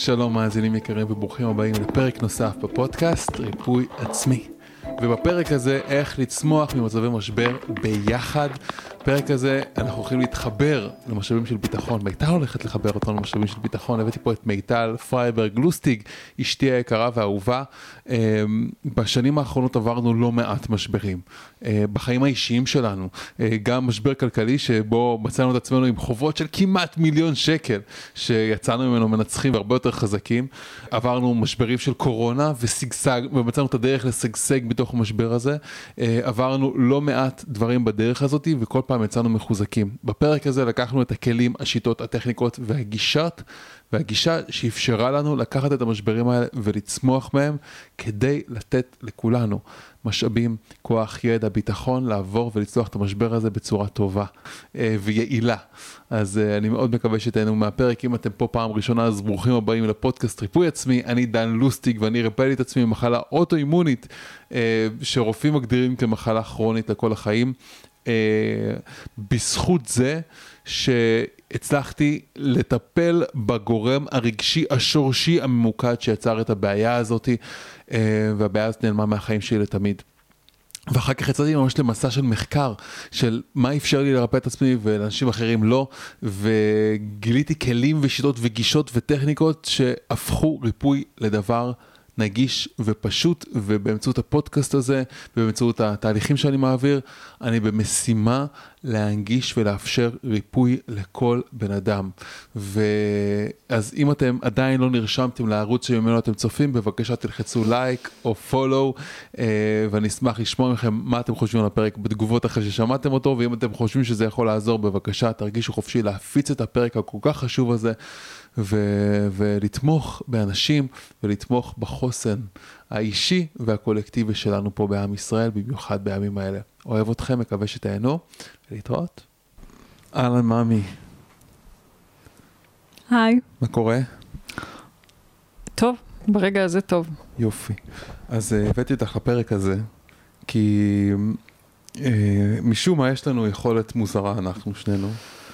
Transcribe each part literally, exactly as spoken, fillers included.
שלום מאזינים יקרים וברוכים הבאים לפרק נוסף בפודקאסט ריפוי עצמי. ובפרק הזה איך לצמוח ממצבי משבר ביחד. בפרק הזה אנחנו הולכים להתחבר למשאבים של ביטחון. מיטל הולכת לחבר אותנו למשאבים של ביטחון. הבאתי פה את מיטל פרייברג לוסטיג, אשתי היקרה והאהובה. בשנים האחרונות עברנו לא מעט משברים. בחיים האישיים שלנו, גם משבר כלכלי שבו מצאנו את עצמנו עם חובות של כמעט מיליון שקל, שיצאנו ממנו מנצחים והרבה יותר חזקים. עברנו משברים של קורונה וסגסג, ומצאנו את הדרך לשגשג בתוך המשבר הזה. עברנו לא מעט דברים בדרך הזאת, וכל פעם יצאנו מחוזקים. בפרק הזה לקחנו את הכלים, השיטות, הטכניקות והגישות, והגישה שאפשרה לנו לקחת את המשברים האלה ולצמוח מהם, כדי לתת לכולנו משאבים, כוח, ידע, ביטחון, לעבור ולצלוח את המשבר הזה בצורה טובה ויעילה. אז אני מאוד מקווה שתהנו מהפרק. אם אתם פה פעם ראשונה, אז ברוכים הבאים לפודקאסט ריפוי עצמי. אני דן לוסטיג ואני רפאתי את עצמי ממחלה אוטואימונית, שרופאים מגדירים כמחלה כרונית לכל החיים. בזכות זה שהצלחתי לטפל בגורם הרגשי השורשי הממוקד שיצר את הבעיה הזאת, והבעיה הזאת נעלמה מהחיים שלי לתמיד. ואחר כך יצאתי ממש למסע של מחקר, של מה אפשר לי לרפא את עצמי ולאנשים אחרים לא, וגיליתי כלים ושיטות וגישות וטכניקות שהפכו ריפוי לדבר נגיש ופשוט, ובאמצעות הפודקאסט הזה, ובאמצעות התהליכים שאני מעביר, אני במשימה להנגיש ולאפשר ריפוי לכל בן אדם. ואז אם אתם עדיין לא נרשמתם לערוץ שממנו אתם צופים, בבקשה תלחצו לייק או פולו, ואני אשמח לשמוע מכם מה אתם חושבים על הפרק בתגובות אחרי ששמעתם אותו, ואם אתם חושבים שזה יכול לעזור, בבקשה תרגישו חופשי להפיץ את הפרק הכל כך חשוב הזה, ו- ולתמוך באנשים ולתמוך בחוסן האישי והקולקטיבי שלנו פה בעם ישראל, במיוחד בימים האלה. אוהב אתכם, מקווה שתהנו, ולהתראות. אהלן מאמי. היי. מה קורה? טוב, ברגע הזה טוב. יופי. אז uh, הבאתי אותך לפרק הזה, כי uh, משום מה יש לנו יכולת מוזרה, אנחנו שנינו.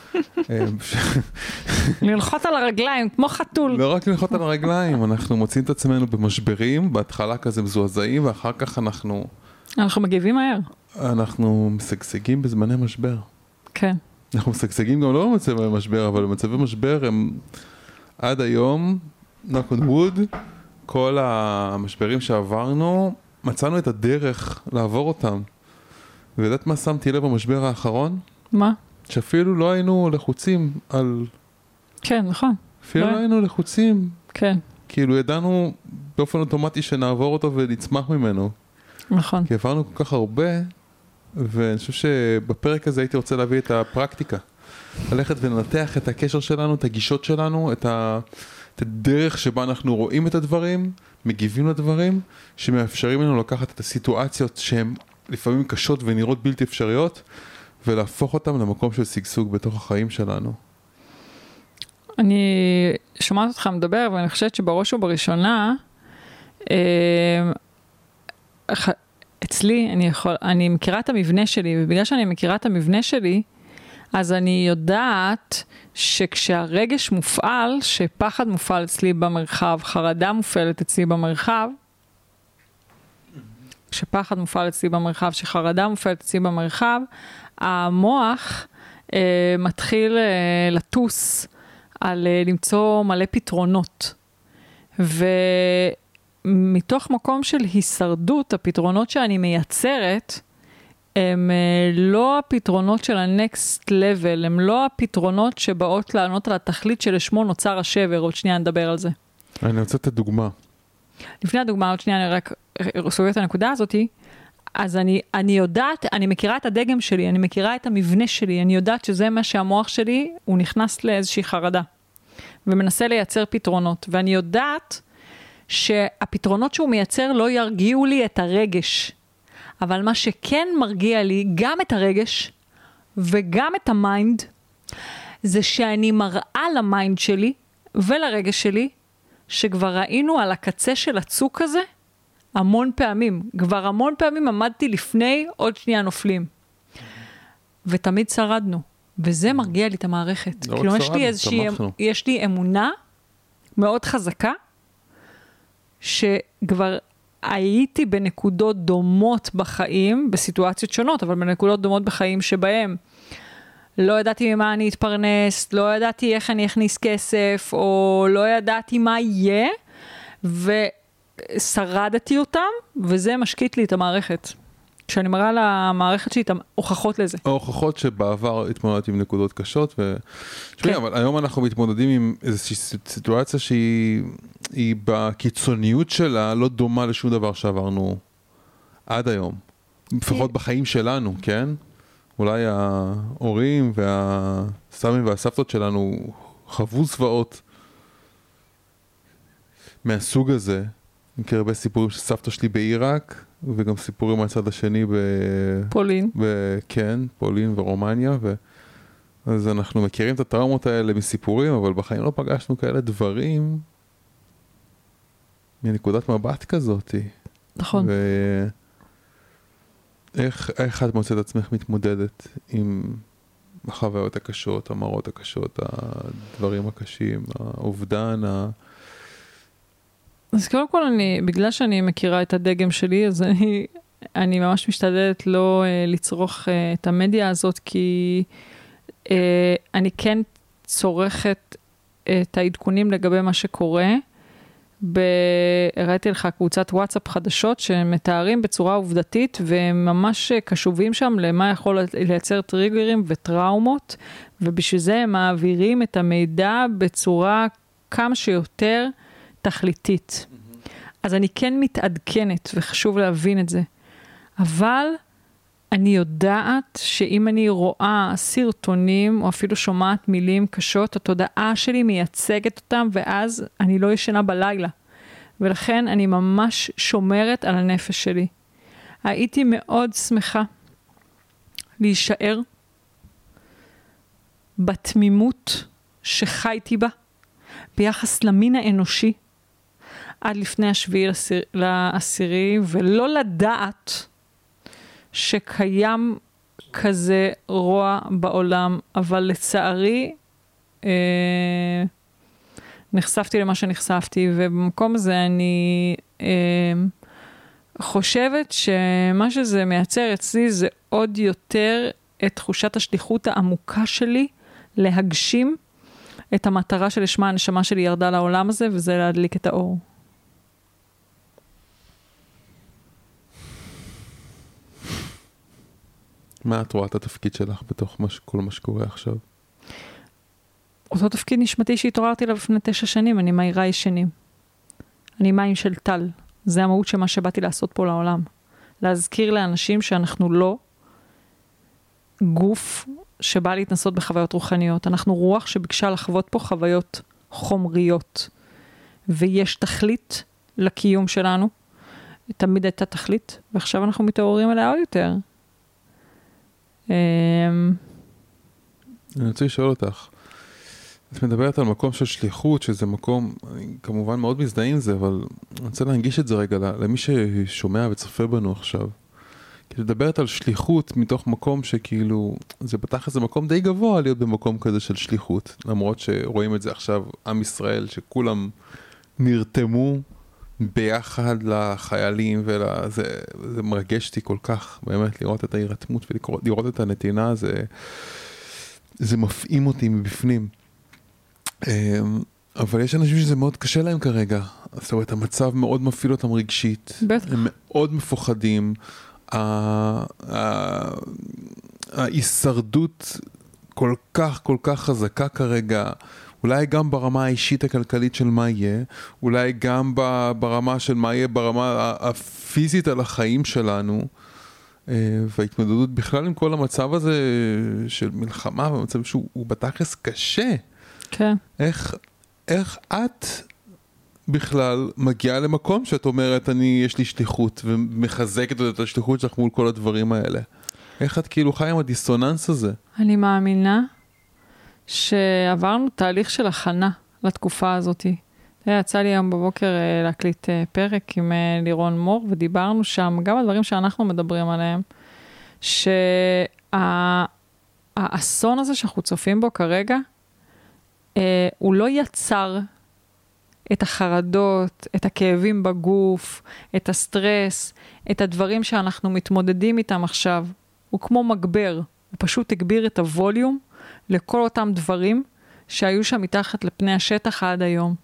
ללחוט על הרגליים, כמו חתול. לא רק ללחוט על הרגליים, אנחנו מוצאים את עצמנו במשברים, בהתחלה כזה מזועזעים, ואחר כך אנחנו... אנחנו מגיבים מהר. אנחנו משגשגים בזמני משבר. כן. אנחנו משגשגים גם לא במצבי משבר, אבל במצבי משבר הם עד היום, knock on wood, כל המשברים שעברנו, מצאנו את הדרך לעבור אותם. ויודעת מה שמתי לב במשבר האחרון? מה? שאפילו לא היינו לחוצים על... כן, נכון. אפילו לא היינו לחוצים. כן. כאילו ידענו באופן אוטומטי שנעבור אותו ונצמח ממנו. נכון. כי עברנו כל כך הרבה, ואני חושב שבפרק הזה הייתי רוצה להביא את הפרקטיקה. ללכת ולנתח את הקשר שלנו, את הגישות שלנו, את, ה... את הדרך שבה אנחנו רואים את הדברים, מגיבים לדברים, שמאפשרים לנו לקחת את הסיטואציות שהן לפעמים קשות ונראות בלתי אפשריות, ולהפוך אותם למקום של סגסוג בתוך החיים שלנו. אני שומעת אותך מדבר, ואני חושבת שבראש ובראשונה, אצלי, אני, יכול, אני מכירה את המבנה שלי, ובגלל שאני מכירה את המבנה שלי, אז אני יודעת שכשהרגש מופעל, שפחד מופעל אצלי במרחב, חרדה מופעלת אצלי במרחב, שפחד מופעל אצלי במרחב, שחרדה מופעלת אצלי במרחב, המוח אה, מתחיל אה, לטוס על אה, למצוא מלא פתרונות. ומתוך מקום של הישרדות, הפתרונות שאני מייצרת, הם אה, לא הפתרונות של ה-next level, הם לא הפתרונות שבאות לענות על התכלית שלשמו נוצר השבר, עוד שנייה נדבר על זה. אני רוצה את הדוגמה. לפני הדוגמה, עוד שנייה אני רק סוגר את הנקודה הזאת, אז אני, אני יודעת, אני מכירה את הדגם שלי, אני מכירה את המבנה שלי, אני יודעת שזה מה שהמוח שלי, הוא נכנס לאיזושהי חרדה, ומנסה לייצר פתרונות, ואני יודעת שהפתרונות שהוא מייצר לא ירגיעו לי את הרגש, אבל מה שכן מרגיע לי, גם את הרגש, וגם את המיינד, זה שאני מראה למיינד שלי, ולרגש שלי, שכבר ראינו על הקצה של הצוק הזה, המון פעמים, כבר המון פעמים עמדתי לפני, עוד שנייה נופלים. ותמיד שרדנו. וזה מרגיע לי את המערכת. כאילו יש לי איזושהי, יש לי אמונה מאוד חזקה, שכבר הייתי בנקודות דומות בחיים, בסיטואציות שונות, אבל בנקודות דומות בחיים שבהם לא ידעתי ממה אני אתפרנס, לא ידעתי איך אני אכניס כסף, או לא ידעתי מה יהיה, ושרדתי אותם, וזה משקיט לי את המערכת. כשאני מראה למערכת שלי את ההוכחות לזה. ההוכחות שבעבר התמודדתי עם נקודות קשות, ו... כן. שמיע, אבל היום אנחנו מתמודדים עם איזושהי סיטואציה שהיא בקיצוניות שלה לא דומה לשום דבר שעברנו עד היום. לפחות בחיים שלנו, כן? אולי ההורים והסבים והסבתות שלנו חוו זוועות מהסוג הזה. אני מכיר הרבה סיפורים של סבתא שלי בעיראק, וגם סיפורים מהצד השני בפולין. כן, פולין ורומניה, ו... אז אנחנו מכירים את הטראומות האלה מסיפורים, אבל בחיים לא פגשנו כאלה דברים מנקודת מבט כזאת. נכון. ואיך איך את מוצאת עצמך מתמודדת עם החוויות הקשות, המראות הקשות, הדברים הקשים, האובדן, ה... אז קודם כל, אני, בגלל שאני מכירה את הדגם שלי, אז אני, אני ממש משתדלת לא uh, לצרוך uh, את המדיה הזאת, כי uh, אני כן צורכת את העדכונים לגבי מה שקורה. ב... הראיתי לך קבוצת וואטסאפ חדשות שמתארים בצורה עובדתית, והם ממש קשובים שם למה יכול לייצר טריגרים וטראומות, ובשביל זה הם מעבירים את המידע בצורה כמה שיותר תכליתית. Mm-hmm. אז אני כן מתעדכנת, וחשוב להבין את זה. אבל אני יודעת שאם אני רואה סרטונים, או אפילו שומעת מילים קשות, התודעה שלי מייצגת אותם, ואז אני לא ישנה בלילה. ולכן אני ממש שומרת על הנפש שלי. הייתי מאוד שמחה להישאר בתמימות שחייתי בה, ביחס למין האנושי, עד לפני השביעי לעשירי, ולא לדעת שקיים כזה רוע בעולם, אבל לצערי אה, נחשפתי למה שנחשפתי, ובמקום הזה אני אה, חושבת שמה שזה מייצר אצלי זה עוד יותר את תחושת השליחות העמוקה שלי להגשים את המטרה שלשמה הנשמה שלי ירדה לעולם הזה, וזה להדליק את האור. מה את רואה את התפקיד שלך בתוך מש... כל מה שקורה עכשיו? אותו תפקיד נשמתי שהתעוררתי לה לפני תשע שנים, אני מהירה ישנים. אני מים של טל. זה המהות של מה שבאתי לעשות פה לעולם. להזכיר לאנשים שאנחנו לא גוף שבא להתנסות בחוויות רוחניות. אנחנו רוח שביקשה לחוות פה חוויות חומריות. ויש תכלית לקיום שלנו. תמיד הייתה תכלית, ועכשיו אנחנו מתעוררים אליה עוד יותר. אני רוצה לשאול אותך, את מדברת על מקום של שליחות, שזה מקום, אני כמובן מאוד מזדהה עם זה, אבל אני רוצה להנגיש את זה רגע למי ששומע וצופה בנו עכשיו. כי מדברת על שליחות מתוך מקום שכאילו, זה פתח איזה מקום די גבוה להיות במקום כזה של שליחות, למרות שרואים את זה עכשיו, עם ישראל, שכולם נרתמו ביחד לחיילים, וזה, זה מרגש אותי כל כך, באמת, לראות את ההירתמות ולראות את הנתינה, זה, זה מפעים אותי מבפנים. אבל יש אנשים שזה מאוד קשה להם כרגע, זאת אומרת, המצב מאוד מפעיל אותם רגשית, בטח. הם מאוד מפוחדים, ההישרדות כל כך, כל כך חזקה כרגע, אולי גם ברמה האישית הכלכלית של מה יהיה, אולי גם ברמה של מה יהיה, ברמה הפיזית על החיים שלנו, וההתמודדות בכלל עם כל המצב הזה של מלחמה, במצב שהוא בתכלס קשה. כן. איך, איך את בכלל מגיעה למקום שאת אומרת, אני, יש לי שליחות, ומחזקת את השליחות שלך מול כל הדברים האלה? איך את כאילו חיה עם הדיסוננס הזה? אני מאמינה שעברנו תהליך של הכנה לתקופה הזאת. יצא לי היום בבוקר להקליט פרק עם לירון מור, ודיברנו שם גם הדברים שאנחנו מדברים עליהם, שהאסון הזה שאנחנו צופים בו כרגע, הוא לא יצר את החרדות, את הכאבים בגוף, את הסטרס, את הדברים שאנחנו מתמודדים איתם עכשיו. הוא כמו מגבר, הוא פשוט הגביר את הווליום לכל אותם דברים שהיו שם מתחת לפני השטח עד היום.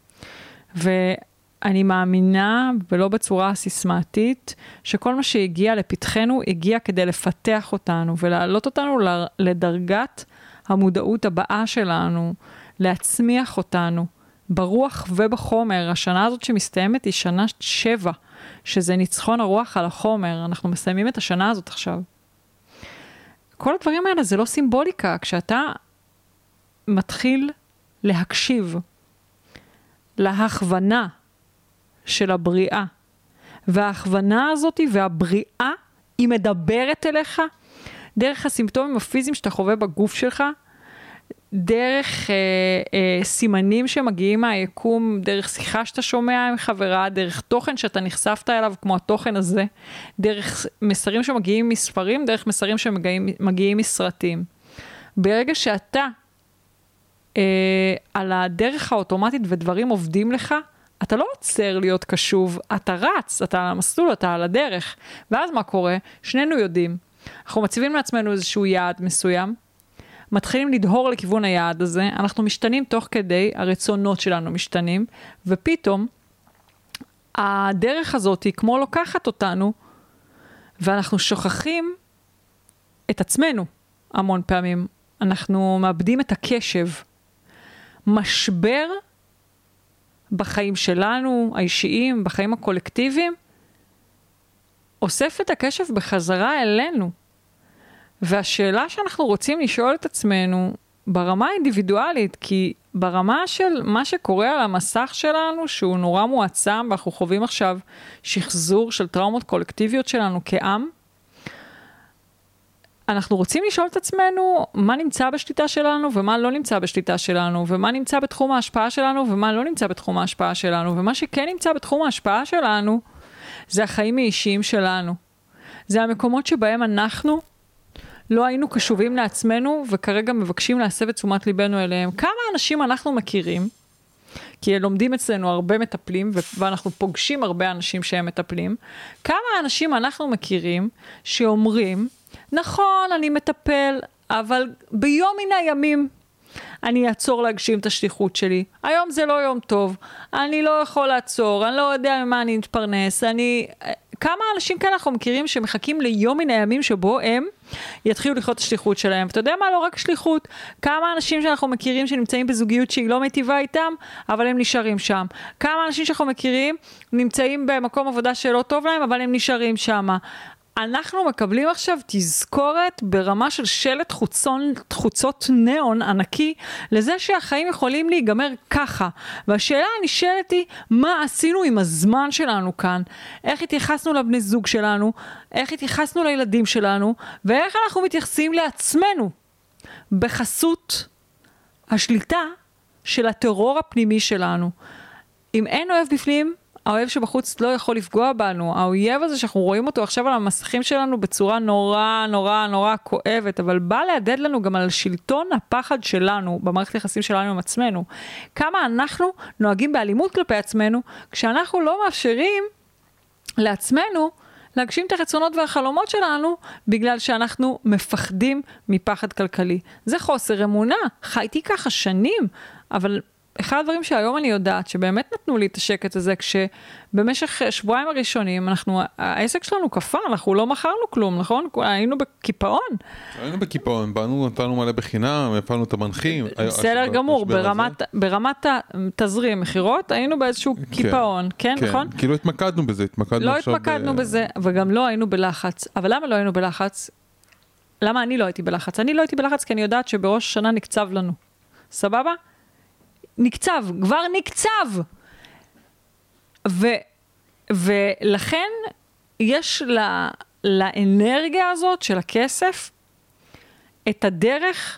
ואני מאמינה, ולא בצורה סיסמתית, שכל מה שהגיע לפתחנו, הגיע כדי לפתח אותנו, ולהעלות אותנו לדרגת המודעות הבאה שלנו, להצמיח אותנו, ברוח ובחומר. השנה הזאת שמסתיימת היא שנה שבע, שזה ניצחון הרוח על החומר. אנחנו מסיימים את השנה הזאת עכשיו. כל הדברים האלה זה לא סימבוליקה. כשאתה מתחיל להקשיב להכוונה של הבריאה, וההכוונה הזאת והבריאה היא מדברת אליך דרך הסימפטומים הפיזיים שאתה חווה בגוף שלך, דרך אה, אה, סימנים שמגיעים מהיקום, דרך שיחה שאתה שומע עם חברה, דרך תוכן שאתה נחשפת אליו כמו התוכן הזה, דרך מסרים שמגיעים מספרים, דרך מסרים שמגיעים מסרטים. ברגע שאתה אה, על הדרך האוטומטית ודברים עובדים לך, אתה לא עוצר להיות קשוב, אתה רץ, אתה על המסלול, אתה על הדרך. ואז מה קורה? שנינו יודעים. אנחנו מציבים לעצמנו איזשהו יעד מסוים, מתחילים לדהור לכיוון היעד הזה, אנחנו משתנים תוך כדי, הרצונות שלנו משתנים, ופתאום הדרך הזאת היא כמו לוקחת אותנו, ואנחנו שוכחים את עצמנו המון פעמים. אנחנו מאבדים את הקשב. משבר בחיים שלנו, האישיים, בחיים הקולקטיביים, אוסף את הקשב בחזרה אלינו. והשאלה שאנחנו רוצים לשאול את עצמנו ברמה האינדיבידואלית, כי ברמה של מה שקורה על המסך שלנו, שהוא נורא מועצם, ואנחנו חווים עכשיו שחזור של טראומות קולקטיביות שלנו כעם, אנחנו רוצים לשאול את עצמנו מה נמצא בשליטה שלנו ומה לא נמצא בשליטה שלנו, ומה נמצא בתחום ההשפעה שלנו ומה לא נמצא בתחום ההשפעה שלנו, ומה שכן נמצא בתחום ההשפעה שלנו, זה החיים האישיים שלנו. זה המקומות שבהם אנחנו לא היינו קשובים לעצמנו, וכרגע מבקשים להסב את תשומת ליבנו אליהם. כמה אנשים אנחנו מכירים, כי לומדים אצלנו הרבה מטפלים, ואנחנו פוגשים הרבה אנשים שהם מטפלים, כמה אנשים אנחנו מכירים שאומרים, נכון, אני מטפל, אבל ביום מן הימים אני אעצור להגשים את השליחות שלי. היום זה לא יום טוב, אני לא יכול לעצור, אני לא יודע ממה אני מתפרנס, אני... כמה אנשים כאלה אנחנו מכירים שמחכים ליום מן הימים שבו הם יתחילו לחיות את השליחות שלהם. ואתה יודע מה? לא רק שליחות. כמה אנשים שאנחנו מכירים שנמצאים בזוגיות שהיא לא מטיבה איתם, אבל הם נשארים שם. כמה אנשים שאנחנו מכירים נמצאים במקום עבודה שלא טוב להם, אבל הם נשארים שם. אנחנו מקבלים עכשיו תזכורת ברמה של שלט חוצון, חוצות ניאון ענקי, לזה שהחיים יכולים להיגמר ככה. והשאלה הנשאלת היא, מה עשינו עם הזמן שלנו כאן? איך התייחסנו לבני זוג שלנו? איך התייחסנו לילדים שלנו? ואיך אנחנו מתייחסים לעצמנו? בחסות השליטה של הטרור הפנימי שלנו. אם אין אוהב בפנים, האוהב שבחוץ לא יכול לפגוע בנו. האויב הזה שאנחנו רואים אותו עכשיו על המסכים שלנו בצורה נורא נורא נורא כואבת, אבל בא להדד לנו גם על שלטון הפחד שלנו במערכת היחסים שלנו עם עצמנו. כמה אנחנו נוהגים באלימות כלפי עצמנו, כשאנחנו לא מאפשרים לעצמנו להגשים את הרצונות והחלומות שלנו, בגלל שאנחנו מפחדים מפחד כלכלי. זה חוסר אמונה. חייתי ככה שנים, אבל אחד הדברים שהיום אני יודעת, שבאמת נתנו לי את השקט הזה, כשבמשך שבועיים הראשונים, אנחנו, העסק שלנו קפה, אנחנו לא מכרנו כלום, נכון? היינו בקיפאון. היינו בקיפאון, באנו, נתנו מלא בחינם, הפעלנו את המנחים. בסדר גמור, ברמת, ברמת התזרים, מחירות, היינו באיזשהו קיפאון, כן, נכון? כאילו התמקדנו בזה, התמקדנו לא התמקדנו בזה, וגם לא היינו בלחץ. אבל למה לא היינו בלחץ? למה אני לא הייתי בלחץ? אני לא הייתי בלחץ, כי אני יודעת שבראש השנה נקצב לנו. סבבה? נקצב, כבר נקצב. ו, ולכן יש לה, לאנרגיה הזאת של הכסף את הדרך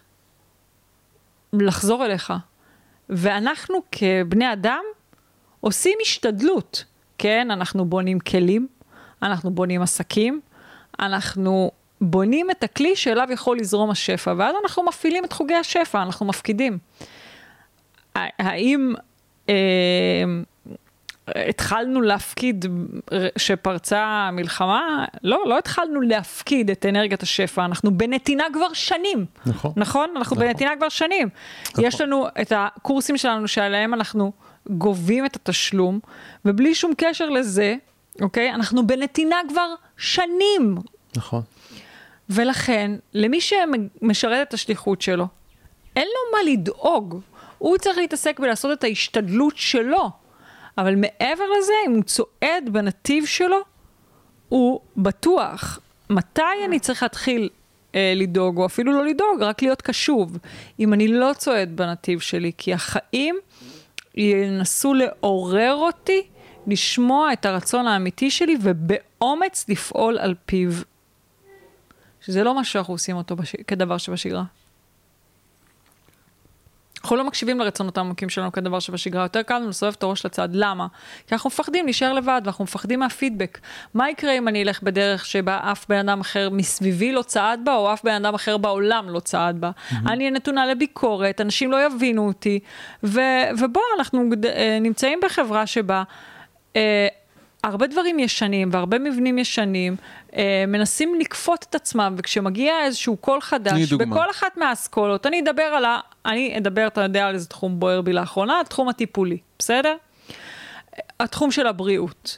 לחזור אליך. ואנחנו כבני אדם עושים השתדלות. כן, אנחנו בונים כלים, אנחנו בונים עסקים, אנחנו בונים את הכלי שאליו יכול לזרום השפע, ואז אנחנו מפעילים את חוגי השפע, אנחנו מפקידים. האם התחלנו להפקיד שפרצה המלחמה, לא, לא התחלנו להפקיד את אנרגיית השפע, אנחנו בנתינה כבר שנים. נכון. נכון? אנחנו נכון. בנתינה כבר שנים. נכון. יש לנו את הקורסים שלנו שעליהם אנחנו גובים את התשלום, ובלי שום קשר לזה, אוקיי? אנחנו בנתינה כבר שנים. נכון. ולכן, למי שמשרת את השליחות שלו, אין לו מה לדאוג. הוא צריך להתעסק ולעשות את ההשתדלות שלו. אבל מעבר לזה, אם הוא צועד בנתיב שלו, הוא בטוח. מתי אני צריך להתחיל אה, לדאוג, או אפילו לא לדאוג, רק להיות קשוב. אם אני לא צועד בנתיב שלי, כי החיים ינסו לעורר אותי, לשמוע את הרצון האמיתי שלי, ובאומץ לפעול על פיו. שזה לא מה שאנחנו עושים אותו בש... כדבר שבשגרה. אנחנו לא מקשיבים לרצונות העמוקים שלנו כדבר שבשגרה, יותר קל לנו לסובב את הראש לצד. למה? כי אנחנו מפחדים להישאר לבד, ואנחנו מפחדים מהפידבק. מה יקרה אם אני אלך בדרך שבה אף בן אדם אחר מסביבי לא צעד בה, או אף בן אדם אחר בעולם לא צעד בה? Mm-hmm. אני אהיה נתונה לביקורת, אנשים לא יבינו אותי, ו... ובוא, אנחנו נמצאים בחברה שבה אה, הרבה דברים ישנים, והרבה מבנים ישנים, אה, מנסים לקפות את עצמם, וכשמגיע איזשהו קול חדש, בכל אחת מהאסכולות, אני אדבר על ה... אני אדבר, אתה יודע, על איזה תחום בוער בי לאחרונה, התחום הטיפולי, בסדר? התחום של הבריאות.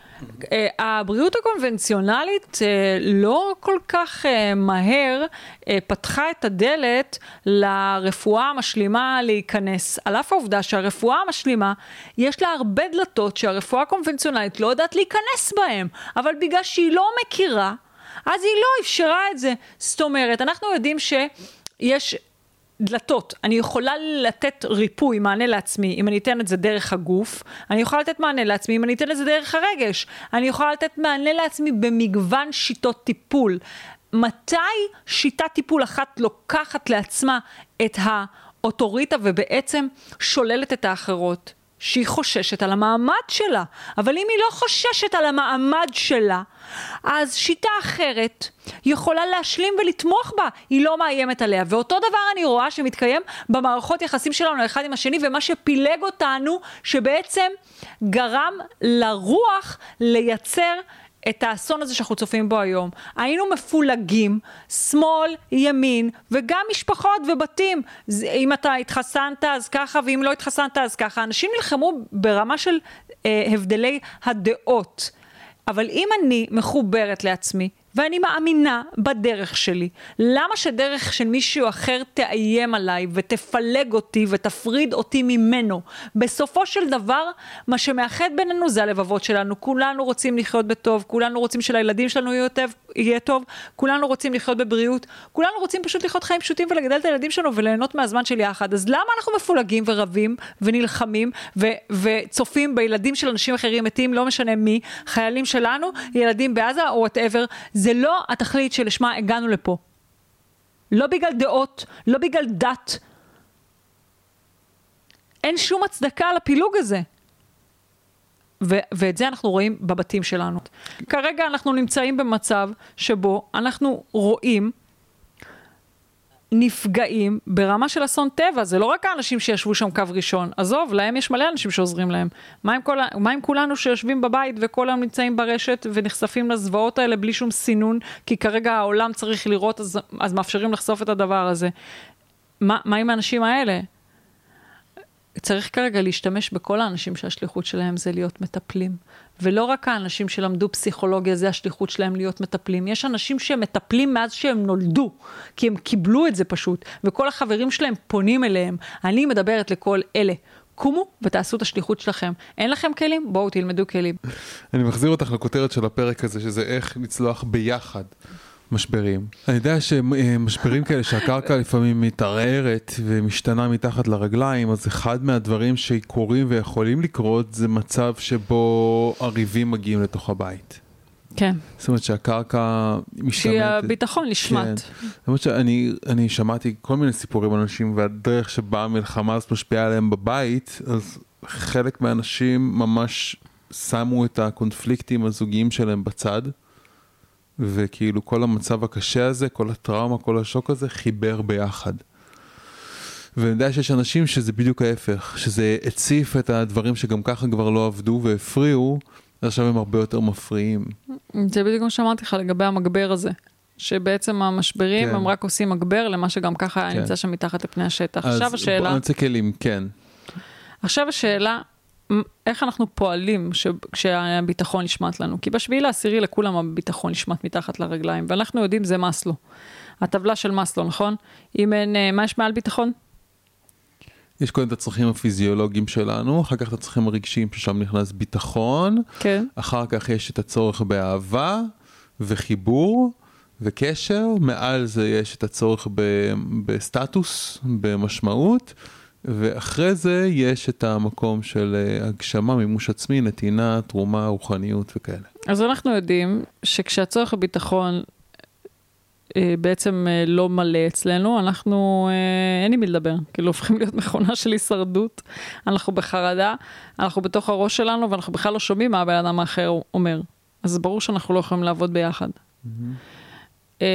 הבריאות הקונבנציונלית לא כל כך מהר פתחה את הדלת לרפואה המשלימה להיכנס. על אף העובדה שהרפואה המשלימה, יש לה הרבה דלתות שהרפואה הקונבנציונלית לא יודעת להיכנס בהם, אבל בגלל שהיא לא מכירה, אז היא לא אפשרה את זה. זאת אומרת, אנחנו יודעים שיש דלתות. אני יכולה לתת ריפוי, מענה לעצמי, אם אני אתן את זה דרך הגוף. אני יכולה לתת מענה לעצמי, אם אני אתן את זה דרך הרגש. אני יכולה לתת מענה לעצמי במגוון שיטות טיפול. מתי שיטת טיפול אחת לוקחת לעצמה את האוטוריטה ובעצם שוללת את האחרות? שהיא חוששת על המעמד שלה. אבל אם היא לא חוששת על המעמד שלה, אז שיטה אחרת יכולה להשלים ולתמוך בה. היא לא מאיימת עליה. ואותו דבר אני רואה שמתקיים במערכות יחסים שלנו אחד עם השני, ומה שפילג אותנו, שבעצם גרם לרוח לייצר את האסון הזה שאנחנו צופים בו היום. היינו מפולגים, שמאל, ימין, וגם משפחות ובתים. אם אתה התחסנת אז ככה, ואם לא התחסנת אז ככה. אנשים נלחמו ברמה של אה, הבדלי הדעות. אבל אם אני מחוברת לעצמי, ואני מאמינה בדרך שלי, למה שדרך של מישהו אחר תאיים עליי ותפלג אותי ותפריד אותי ממנו? בסופו של דבר, מה שמאחד בינינו זה הלבבות שלנו. כולנו רוצים לחיות בטוב, כולנו רוצים שלילדים שלנו יהיה טוב, יהיה טוב, כולנו רוצים לחיות בבריאות, כולנו רוצים פשוט לחיות חיים פשוטים ולגדל את הילדים שלנו וליהנות מהזמן של יחד. אז למה אנחנו מפולגים ורבים ונלחמים ו- וצופים בילדים של אנשים אחרים מתים, לא משנה מי, חיילים שלנו, ילדים בעזה או whatever? זה לא התכלית שלשמה הגענו לפה. לא בגלל דעות, לא בגלל דת. אין שום הצדקה לפילוג הזה. ו- ואת זה אנחנו רואים בבתים שלנו. כרגע אנחנו נמצאים במצב שבו אנחנו רואים נפגעים ברמה של אסון טבע. זה לא רק האנשים שישבו שם קו ראשון. עזוב, להם יש מלא אנשים שעוזרים להם. מה עם, כל, מה עם כולנו שיושבים בבית וכל היום נמצאים ברשת ונחשפים לזוועות האלה בלי שום סינון, כי כרגע העולם צריך לראות, אז, אז מאפשרים לחשוף את הדבר הזה. מה, מה עם האנשים האלה? צריך כרגע להשתמש בכל האנשים שהשליחות שלהם זה להיות מטפלים. ולא רק האנשים שלמדו פסיכולוגיה, זה השליחות שלהם להיות מטפלים. יש אנשים שמטפלים מאז שהם נולדו, כי הם קיבלו את זה פשוט, וכל החברים שלהם פונים אליהם. אני מדברת לכל אלה. קומו ותעשו את השליחות שלכם. אין לכם כלים? בואו תלמדו כלים. אני מחזיר אותך לכותרת של הפרק הזה, שזה איך לצלוח ביחד משברים. אני יודע שמשברים כאלה שהקרקע לפעמים מתערערת ומשתנה מתחת לרגליים, אז אחד מהדברים שקורים ויכולים לקרות זה מצב שבו הריבים מגיעים לתוך הבית. כן. זאת אומרת שהקרקע משתמעת. שיהיה ביטחון לשמת. כן. זאת אומרת שאני אני שמעתי כל מיני סיפורים על אנשים, והדרך שבה המלחמה הזאת משפיעה עליהם בבית, אז חלק מהאנשים ממש שמו את הקונפליקטים הזוגיים שלהם בצד, וכאילו כל המצב הקשה הזה, כל הטראומה, כל השוק הזה, חיבר ביחד. ואני יודע שיש אנשים שזה בדיוק ההפך, שזה הציף את הדברים שגם ככה כבר לא עבדו והפריעו, עכשיו הם הרבה יותר מפריעים. זה בדיוק כמו שאמרתי לך לגבי המגבר הזה, שבעצם המשברים כן. הם רק עושים מגבר למה שגם ככה כן. נמצא שם מתחת לפני השטח. אז עכשיו השאלה... בוא נצא כלים, כן. עכשיו השאלה, איך אנחנו פועלים כשהביטחון נשמט לנו? כי בשביעי לעשירי לכולם הביטחון נשמט מתחת לרגליים, ואנחנו יודעים זה מסלו. הטבלה של מסלו, נכון? אם אין, מה יש מעל ביטחון? יש קודם את הצרכים הפיזיולוגיים שלנו, אחר כך את הצרכים הרגשיים ששם נכנס ביטחון, כן. אחר כך יש את הצורך באהבה וחיבור וקשר, מעל זה יש את הצורך ב- בסטטוס, במשמעות, ואחרי זה יש את המקום של הגשמה, מימוש עצמי, נתינה, תרומה, רוחניות וכאלה. אז אנחנו יודעים שכשהצורך הביטחון בעצם לא מלא אצלנו, אנחנו, אין לי מי לדבר, כאילו הופכים להיות מכונה של הישרדות, אנחנו בחרדה, אנחנו בתוך הראש שלנו, ואנחנו בכלל לא שומעים מה הבן אדם האחר אומר. אז ברור שאנחנו לא יכולים לעבוד ביחד. Mm-hmm.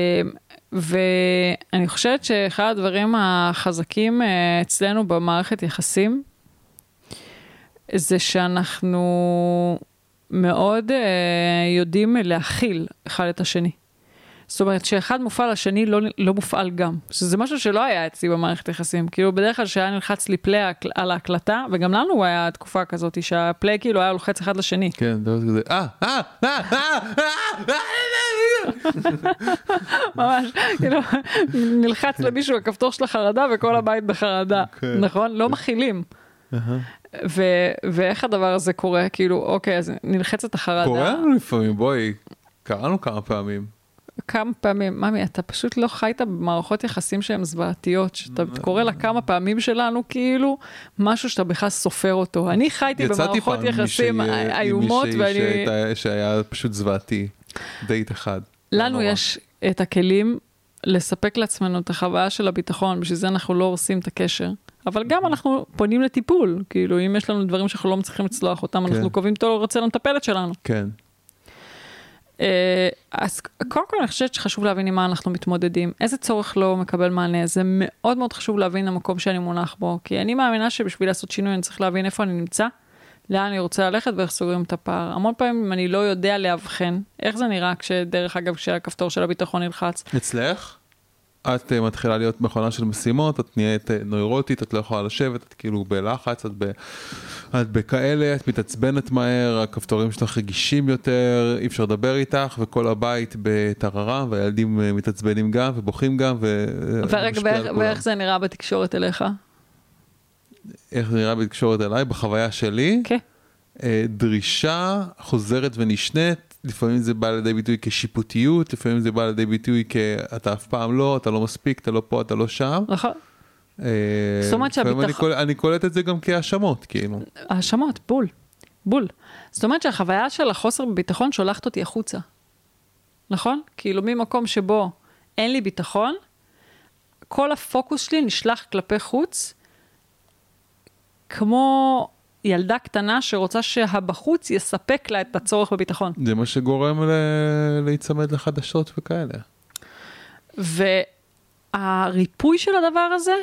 ואני חושבת שאחד הדברים החזקים אצלנו במערכת יחסים, זה שאנחנו מאוד יודעים להכיל אחד את השני. זאת אומרת, שאחד מופעל, השני לא, לא מופעל גם. שזה משהו שלא היה אצלי במערכת יחסים. כאילו, בדרך כלל שהיה נלחץ לי פלי על ההקלטה, וגם לנו היה תקופה כזאת, שהפלי כאילו היה לוחץ אחד לשני. כן, זה כזה, אה, אה, אה, אה, ממש, כאילו, נלחץ למישהו הכפתור של החרדה, וכל הבית בחרדה. נכון? לא מכילים. ואיך הדבר הזה קורה? כאילו, אוקיי, אז נלחצת החרדה. קורה לנו לפעמים, בואי, קראנו כמה פעמים. כמה פעמים, ממי, אתה פשוט לא חיית במערכות יחסים שהן זוועתיות, שאתה קורא לה כמה פעמים שלנו, כאילו, משהו שאתה בכלל סופר אותו. אני חייתי במערכות יחסים איומות, ואני... יצאתי פעם שהיה פשוט זוועתי, דייט אחד. לנו יש את הכלים לספק לעצמנו את החוויה של הביטחון, בשביל זה אנחנו לא הורסים את הקשר. אבל גם אנחנו פונים לטיפול, כאילו, אם יש לנו דברים שאנחנו לא מצליחים לצלוח אותם, אנחנו קובעים תור רוצה למטפלת שלנו. כן. אז קודם כל אני חושבת שחשוב להבין עם מה אנחנו מתמודדים, איזה צורך לא מקבל מענה, זה מאוד מאוד חשוב להבין המקום שאני מונח בו, כי אני מאמינה שבשביל לעשות שינוי אני צריך להבין איפה אני נמצא, לאן אני רוצה ללכת ואיך סוגרים את הפער. המון פעמים אם אני לא יודע להבחן, איך זה נראה כשדרך אגב כשהכפתור של הביטחון נלחץ. אצלך? את מתחילה להיות מכונה של משימות, את נהיית נוירוטית, את לא יכולה לשבת, את כאילו בלחץ, את, ב, את בכאלה, את מתעצבנת מהר, הכפתורים שלך רגישים יותר, אי אפשר לדבר איתך, וכל הבית בתררה, והילדים מתעצבנים גם, ובוכים גם, ורגע, ואיך זה נראה בתקשורת אליך? איך זה נראה בתקשורת אליי? בחוויה שלי? כן. דרישה חוזרת ונשנית, לפעמים זה בא לידי ביטוי כשיפוטיות, לפעמים זה בא לידי ביטוי כאתה אף פעם לא, אתה לא מספיק, אתה לא פה, אתה לא שם. נכון. זאת אומרת שהביטחון... אני קולט את זה גם כהאשמות, כאילו. האשמות, בול. בול. זאת אומרת שהחוויה של החוסר בביטחון שולחת אותי החוצה. נכון? כאילו ממקום שבו אין לי ביטחון, כל הפוקוס שלי נשלח כלפי חוץ, כמו... ילדה קטנה שרוצה שהבחוץ יספק לה את הצורך בביטחון. זה מה שגורם ל- להיצמד לחדשות וכאלה. והריפוי של הדבר הזה,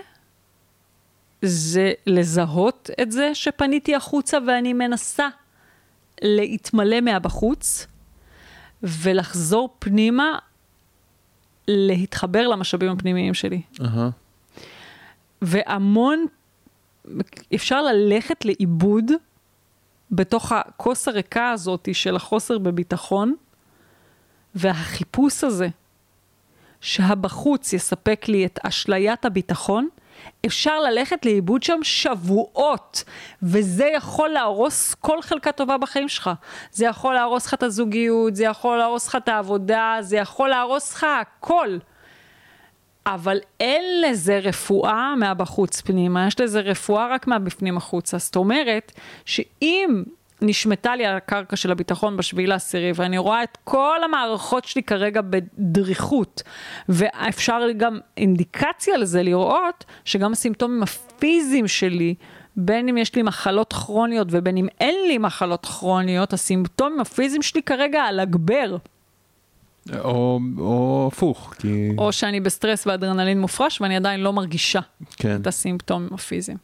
זה לזהות את זה שפניתי החוצה ואני מנסה להתמלא מהבחוץ, ולחזור פנימה, להתחבר למשאבים הפנימיים שלי. Uh-huh. והמון אפשר ללכת לאיבוד בתוך הכוס הריקה הזאת של החוסר בביטחון, והחיפוש הזה שהבחוץ יספק לי את אשליית הביטחון, אפשר ללכת לאיבוד שם שבועות, וזה יכול להרוס כל חלקה טובה בחיים שלך. זה יכול להרוס לך את הזוגיות, זה יכול להרוס לך את העבודה, זה יכול להרוס לך הכל. אבל אין לזה רפואה מהבחוץ פנימה, יש לזה רפואה רק מהבפנים החוצה. זאת אומרת, שאם נשמטה לי הקרקע של הביטחון בשביעי לעשירי, ואני רואה את כל המערכות שלי כרגע בדריכות, ואפשר גם אינדיקציה לזה לראות, שגם הסימפטומים הפיזיים שלי, בין אם יש לי מחלות כרוניות, ובין אם אין לי מחלות כרוניות, הסימפטומים הפיזיים שלי כרגע על הגבר. או, או הפוך, כי... או שאני בסטרס ואדרנלין מופרש, ואני עדיין לא מרגישה כן. את הסימפטומים הפיזיים.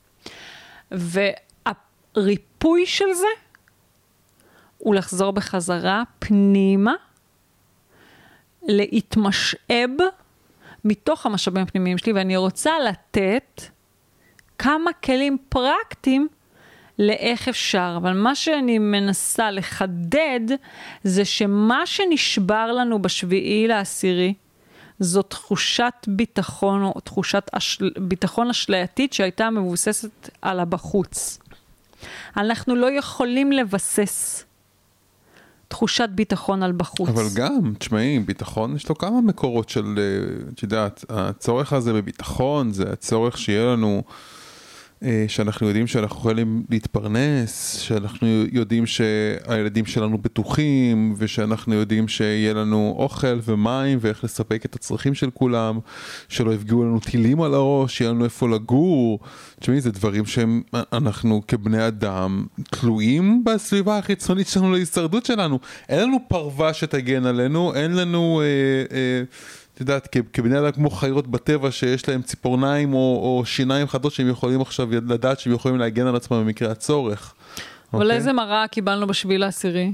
והריפוי של זה, הוא לחזור בחזרה פנימה, להתמשאב מתוך המשאבים הפנימיים שלי, ואני רוצה לתת כמה כלים פרקטיים לאיך אפשר. אבל מה שאני מנסה לחדד, זה שמה שנשבר לנו בשביעי לעשירי, זו תחושת ביטחון, או תחושת אשל... ביטחון אשלייתית שהייתה מבוססת על הבחוץ. אנחנו לא יכולים לבסס תחושת ביטחון על בחוץ. אבל גם, תשמעי, ביטחון יש לו כמה מקורות של, את יודעת, הצורך הזה בביטחון, זה הצורך שיהיה לנו, שאנחנו יודעים שאנחנו יכולים להתפרנס, שאנחנו יודעים שהילדים שלנו בטוחים, ושאנחנו יודעים שיהיה לנו אוכל ומים, ואיך לספק את הצרכים של כולם, שלא יפגעו לנו טילים על הראש, שיהיה לנו איפה לגור. תשמעי, זה דברים שאנחנו כבני אדם תלויים בסביבה החיצונית שלנו להישרדות שלנו. אין לנו פרווה שתגן עלינו, אין לנו... אה, אה, את יודעת, כבני אדם כמו חיות בטבע שיש להם ציפורניים או, או שיניים חדות שהם יכולים עכשיו לדעת שהם יכולים להגן על עצמם במקרה הצורך. אבל okay? איזה מראה קיבלנו בשביל העשירי?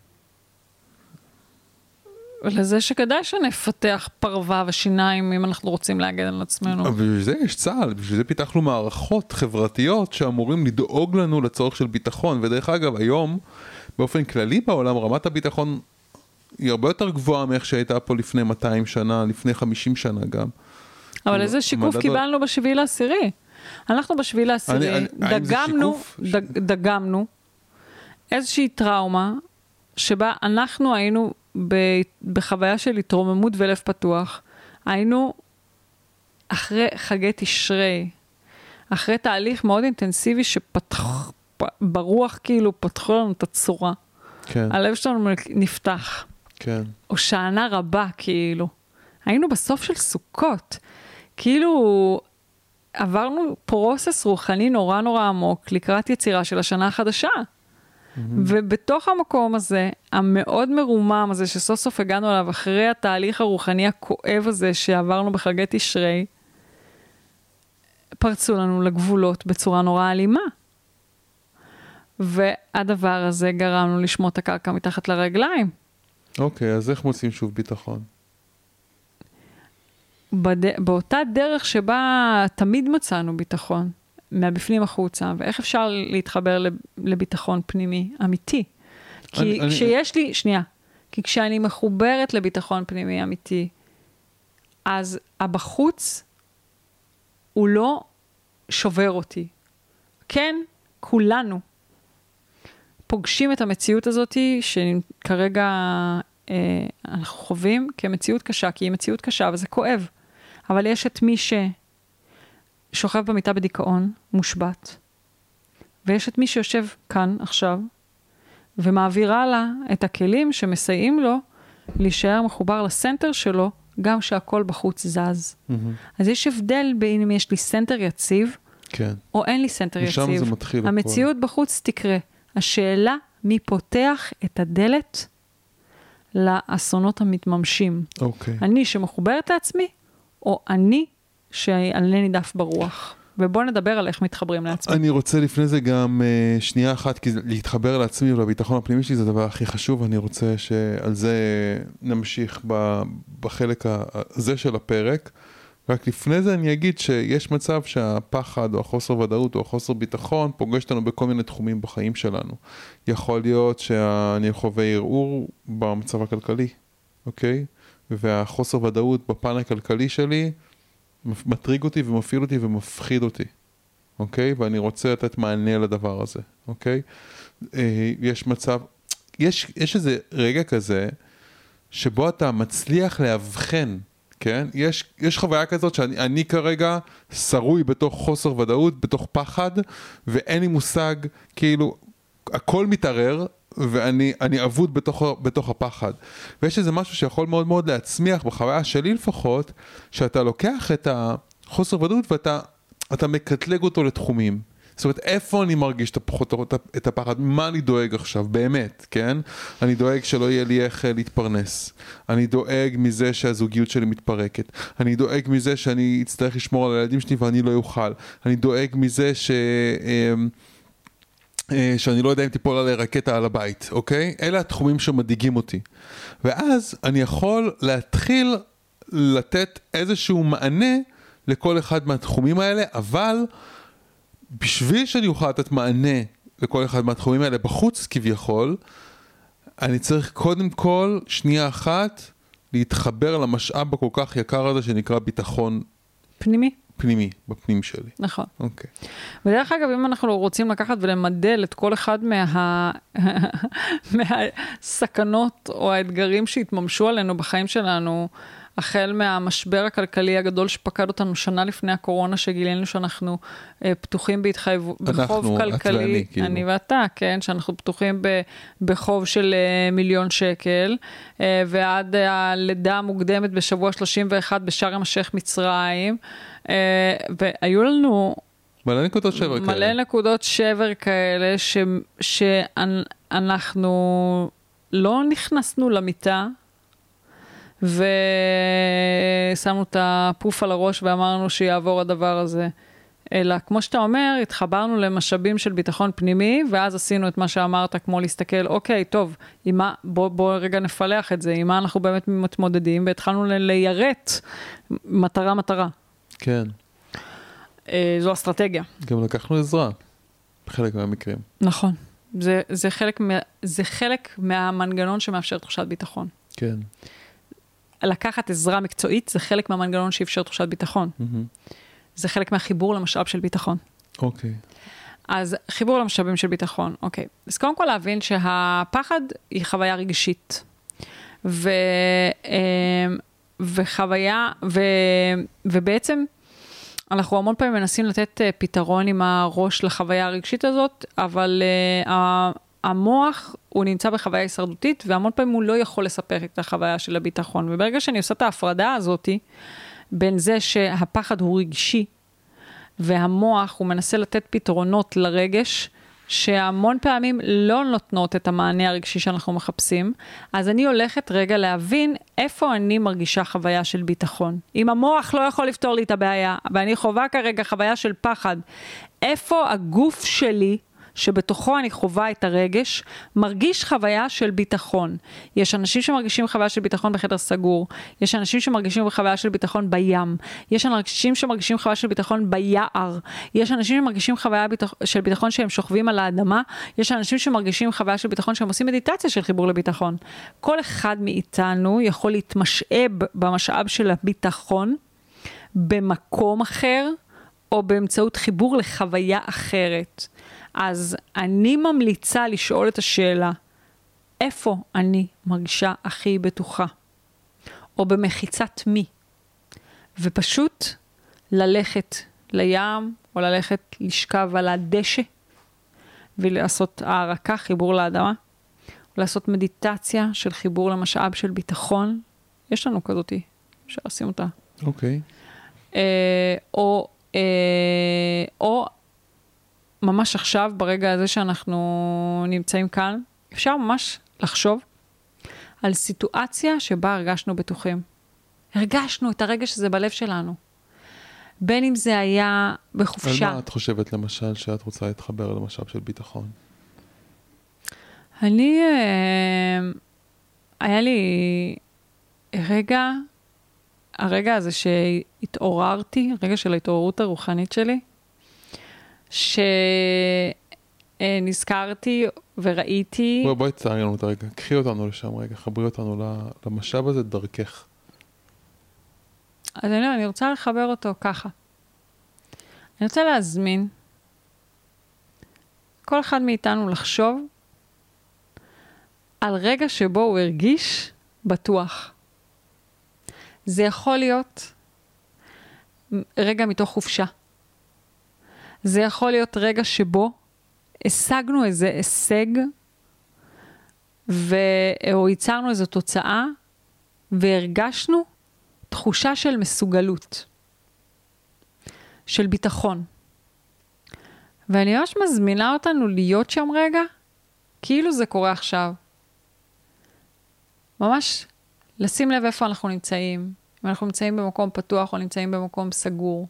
ולזה שכדאי שנפתח פרווה ושיניים אם אנחנו רוצים להגן על עצמנו. אבל בשביל זה יש צה"ל, בשביל זה פיתחנו מערכות חברתיות שאמורים לדאוג לנו לצורך של ביטחון, ודרך אגב היום באופן כללי בעולם רמת הביטחון היא הרבה יותר גבוהה מאיך שהייתה פה לפני מאתיים שנה, לפני חמישים שנה גם. אבל איזה שיקוף קיבלנו בשביל העשירי? אנחנו בשביל העשירי דגמנו, דגמנו איזושהי טראומה שבה אנחנו היינו בחוויה של התרוממות ולב פתוח. היינו אחרי חגי תשרי, אחרי תהליך מאוד אינטנסיבי שפתח, ברוח כאילו פתחו לנו את הצורה. כן. הלב שלנו נפתח. כן. או שענה רבה, כאילו. היינו בסוף של סוכות. כאילו, עברנו פרוסס רוחני נורא נורא עמוק, לקראת יצירה של השנה החדשה. Mm-hmm. ובתוך המקום הזה, המאוד מרומם הזה, שסוף סוף הגענו אליו, אחרי התהליך הרוחני הכואב הזה, שעברנו בחגי תשרי, פרצו לנו לגבולות בצורה נורא אלימה. והדבר הזה גרם לנו לשמוע את הקרקע מתחת לרגליים. אוקיי, אז איך מוצאים שוב ביטחון? בד... באותה דרך שבה תמיד מצאנו ביטחון, מהבפנים החוצה, ואיך אפשר להתחבר לביטחון פנימי אמיתי. כי אני, כשיש אני... לי, שנייה, כי כשאני מחוברת לביטחון פנימי אמיתי, אז הבחוץ הוא לא שובר אותי. כן, כולנו פוגשים את המציאות הזאת שכרגע אה, אנחנו חווים כמציאות קשה, כי היא מציאות קשה וזה כואב. אבל יש את מי ששוכב במיטה בדיכאון, מושבת, ויש את מי שיושב כאן עכשיו, ומעבירה לה את הכלים שמסייעים לו להישאר מחובר לסנטר שלו, גם שהכל בחוץ זז. Mm-hmm. אז יש הבדל בין אם יש לי סנטר יציב, כן. או אין לי סנטר יציב. זה מתחיל המציאות הכל. בחוץ תקרה. השאלה מי פותח את הדלת לאסונות המתממשים. אוקיי. אני שמחוברת לעצמי, או אני שעלה נידף ברוח. ובואו נדבר על איך מתחברים לעצמי. אני רוצה לפני זה גם uh, שנייה אחת, כי להתחבר לעצמי ולביטחון הפנימי שלי זה הדבר הכי חשוב, אני רוצה שעל זה נמשיך ב, בחלק הזה של הפרק. רק לפני זה אני אגיד שיש מצב שהפחד או החוסר ודאות או החוסר ביטחון פוגש אותנו בכל מיני תחומים בחיים שלנו. יכול להיות שאני חווה ערעור במצב הכלכלי, אוקיי? והחוסר ודאות בפן הכלכלי שלי מטריג אותי ומפעיל אותי ומפחיד אותי, אוקיי? ואני רוצה לתת מענה לדבר הזה, אוקיי? יש מצב, יש, יש איזה רגע כזה שבו אתה מצליח להבחן, כן? יש, יש חוויה כזאת שאני אני כרגע שרוי בתוך חוסר ודאות, בתוך פחד, ואין לי מושג, כאילו, הכל מתערער, ואני אני אבוד בתוך, בתוך הפחד. ויש איזה משהו שיכול מאוד מאוד להצמיח, בחוויה שלי לפחות, שאתה לוקח את החוסר ודאות, ואתה אתה מקטלג אותו לתחומים. זאת אומרת, איפה אני מרגיש את הפחד? מה אני דואג עכשיו, באמת, כן? אני דואג שלא יהיה לי איך להתפרנס. אני דואג מזה שהזוגיות שלי מתפרקת. אני דואג מזה שאני אצטרך לשמור על הילדים שלי ואני לא יוכל. אני דואג מזה ש... שאני לא יודע אם תיפול עלי רקטה על הבית, אוקיי? אלה התחומים שמדאיגים אותי. ואז אני יכול להתחיל לתת איזשהו מענה לכל אחד מהתחומים האלה, אבל בשביל שאני אוכל לתת מענה לכל אחד מהתחומים האלה בחוץ כביכול, אני צריך קודם כל, שנייה אחת, להתחבר למשאב הכל כך יקר הזה שנקרא ביטחון פנימי. פנימי, בפנים שלי. נכון. אוקיי. ודרך אגב, אם אנחנו רוצים לקחת ולמדל את כל אחד מה... מהסכנות או האתגרים שהתממשו עלינו בחיים שלנו, החל מהמשבר הכלכלי הגדול שפקד אותנו שנה לפני הקורונה, שגילינו שאנחנו אה, פתוחים בהתחייבות, בחוב כלכלי, ואני, כאילו. אני ואתה, כן, שאנחנו פתוחים ב, בחוב של אה, מיליון שקל, אה, ועד הלידה המוקדמת בשבוע שלושים ואחת בשארם א-שייח מצרים, אה, והיו לנו מלא נקודות שבר מלא כאלה. נקודות שבר כאלה, ש, שאנחנו לא נכנסנו למיטה, ושמנו את הפוף על הראש ואמרנו שיעבור הדבר הזה. אלא, כמו שאתה אומר, התחברנו למשאבים של ביטחון פנימי, ואז עשינו את מה שאמרת, כמו להסתכל, אוקיי, טוב, מה, בוא, בוא רגע נפלח את זה, עם מה אנחנו באמת מתמודדים, והתחלנו ליירט מטרה מטרה. כן. זו אסטרטגיה. גם לקחנו עזרה, בחלק מהמקרים. נכון. זה, זה חלק מה, זה חלק מהמנגנון שמאפשר תחושת ביטחון. כן. לקחת עזרה מקצועית, זה חלק מהמנגנון שאפשר תחושת ביטחון. Mm-hmm. זה חלק מהחיבור למשאב של ביטחון. אוקיי. אז חיבור למשאבים של ביטחון, אוקיי. אז קודם כל להבין שהפחד היא חוויה רגשית. ו, וחוויה, ו, ובעצם אנחנו המון פעמים מנסים לתת פתרון עם הראש לחוויה הרגשית הזאת, אבל uh, המוח הוא נמצא בחוויה הישרדותית, והמון פעמים הוא לא יכול לספר את החוויה של הביטחון. וברגע שאני עושה את ההפרדה הזאת, בין זה שהפחד הוא רגשי, והמוח הוא מנסה לתת פתרונות לרגש, שהמון פעמים לא נותנות את המענה הרגשי שאנחנו מחפשים, אז אני הולכת רגע להבין איפה אני מרגישה חוויה של ביטחון. אם המוח לא יכול לפתור לי את הבעיה, ואני חווה כרגע חוויה של פחד, איפה הגוף שלי, שבתוכו אני חווה את הרגש, מרגיש חוויה של ביטחון. יש אנשים שמרגישים חוויה של ביטחון בחדר סגור, יש אנשים שמרגישים חוויה של ביטחון בים, יש אנשים שמרגישים חוויה של ביטחון ביער, יש אנשים שמרגישים חוויה של ביטחון שהם שוכבים על האדמה, יש אנשים שמרגישים חוויה של ביטחון שהם עושים מדיטציה של חיבור לביטחון. כל אחד מאיתנו יכול להתמשאב במשאב של הביטחון, במקום אחר, או באמצעות חיבור לחוויה אחרת. אז אני ממליצה לשאול את השאלה, איפה אני מרגישה הכי בטוחה? או במחיצת מי? ופשוט ללכת לים, או ללכת לשכב על הדשא, ולעשות הערכה, חיבור לאדמה, או לעשות מדיטציה של חיבור למשאב של ביטחון. יש לנו כזאתי, אפשר לשים אותה. אוקיי. אה, או, אה, או, ממש עכשיו, ברגע הזה שאנחנו נמצאים כאן, אפשר ממש לחשוב על סיטואציה שבה הרגשנו בטוחים. הרגשנו את הרגש הזה בלב שלנו. בין אם זה היה בחופשה. על מה את חושבת למשל שאת רוצה להתחבר למשאב של ביטחון? אני, היה לי רגע, הרגע הזה שהתעוררתי, הרגע של ההתעוררות הרוחנית שלי, שנזכרתי וראיתי... בואי, בואי תצערי לנו את הרגע, קחי אותנו לשם רגע, חברי אותנו למשאב הזה דרכך. אז אני, אני רוצה לחבר אותו ככה. אני רוצה להזמין כל אחד מאיתנו לחשוב על רגע שבו הוא הרגיש בטוח. זה יכול להיות רגע מתוך חופשה. זה יכול להיות רגע שבו השגנו איזה הישג, ו... או ייצרנו איזו תוצאה, והרגשנו תחושה של מסוגלות, של ביטחון. ואני ממש מזמינה אותנו להיות שם רגע, כאילו זה קורה עכשיו. ממש לשים לב איפה אנחנו נמצאים, אם אנחנו נמצאים במקום פתוח או נמצאים במקום סגור,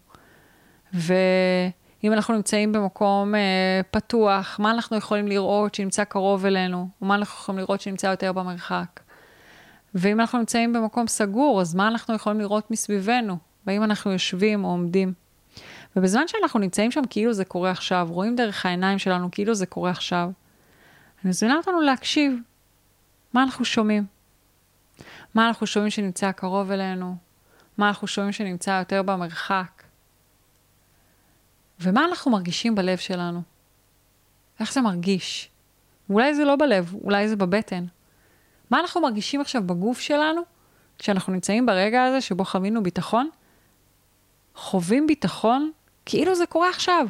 ואם אנחנו נמצאים במקום אה, פתוח, מה אנחנו יכולים לראות שנמצא קרוב אלינו, או מה אנחנו יכולים לראות שנמצא יותר במרחק. ואם אנחנו נמצאים במקום סגור, אז מה אנחנו יכולים לראות מסביבנו, והאם אנחנו יושבים או עומדים. ובזמן שאנחנו נמצאים שם כאילו זה קורה עכשיו, רואים דרך העיניים שלנו כאילו זה קורה עכשיו, אני מזמינה אותנו להקשיב מה אנחנו שומעים. מה אנחנו שומעים שנמצא קרוב אלינו, מה אנחנו שומעים שנמצא יותר במרחק, ומה אנחנו מרגישים בלב שלנו. איך זה מרגיש? אולי זה לא בלב, אולי זה בבטן. מה אנחנו מרגישים עכשיו בגוף שלנו, כשאנחנו נמצאים ברגע הזה שבו חווינו ביטחון, חווים ביטחון כאילו זה קורה עכשיו.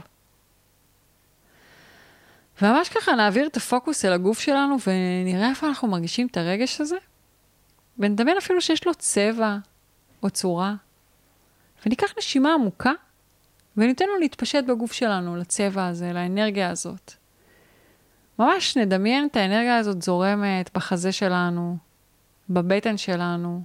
וממש ככה נעביר את הפוקוס אל הגוף שלנו, ונראה איפה אנחנו מרגישים את הרגש הזה, ונדמיין אפילו שיש לו צבע או צורה, וניקח נשימה עמוקה, וניתן לו להתפשט בגוף שלנו, לצבע הזה, לאנרגיה הזאת. ממש נדמיין את האנרגיה הזאת זורמת בחזה שלנו, בבטן שלנו,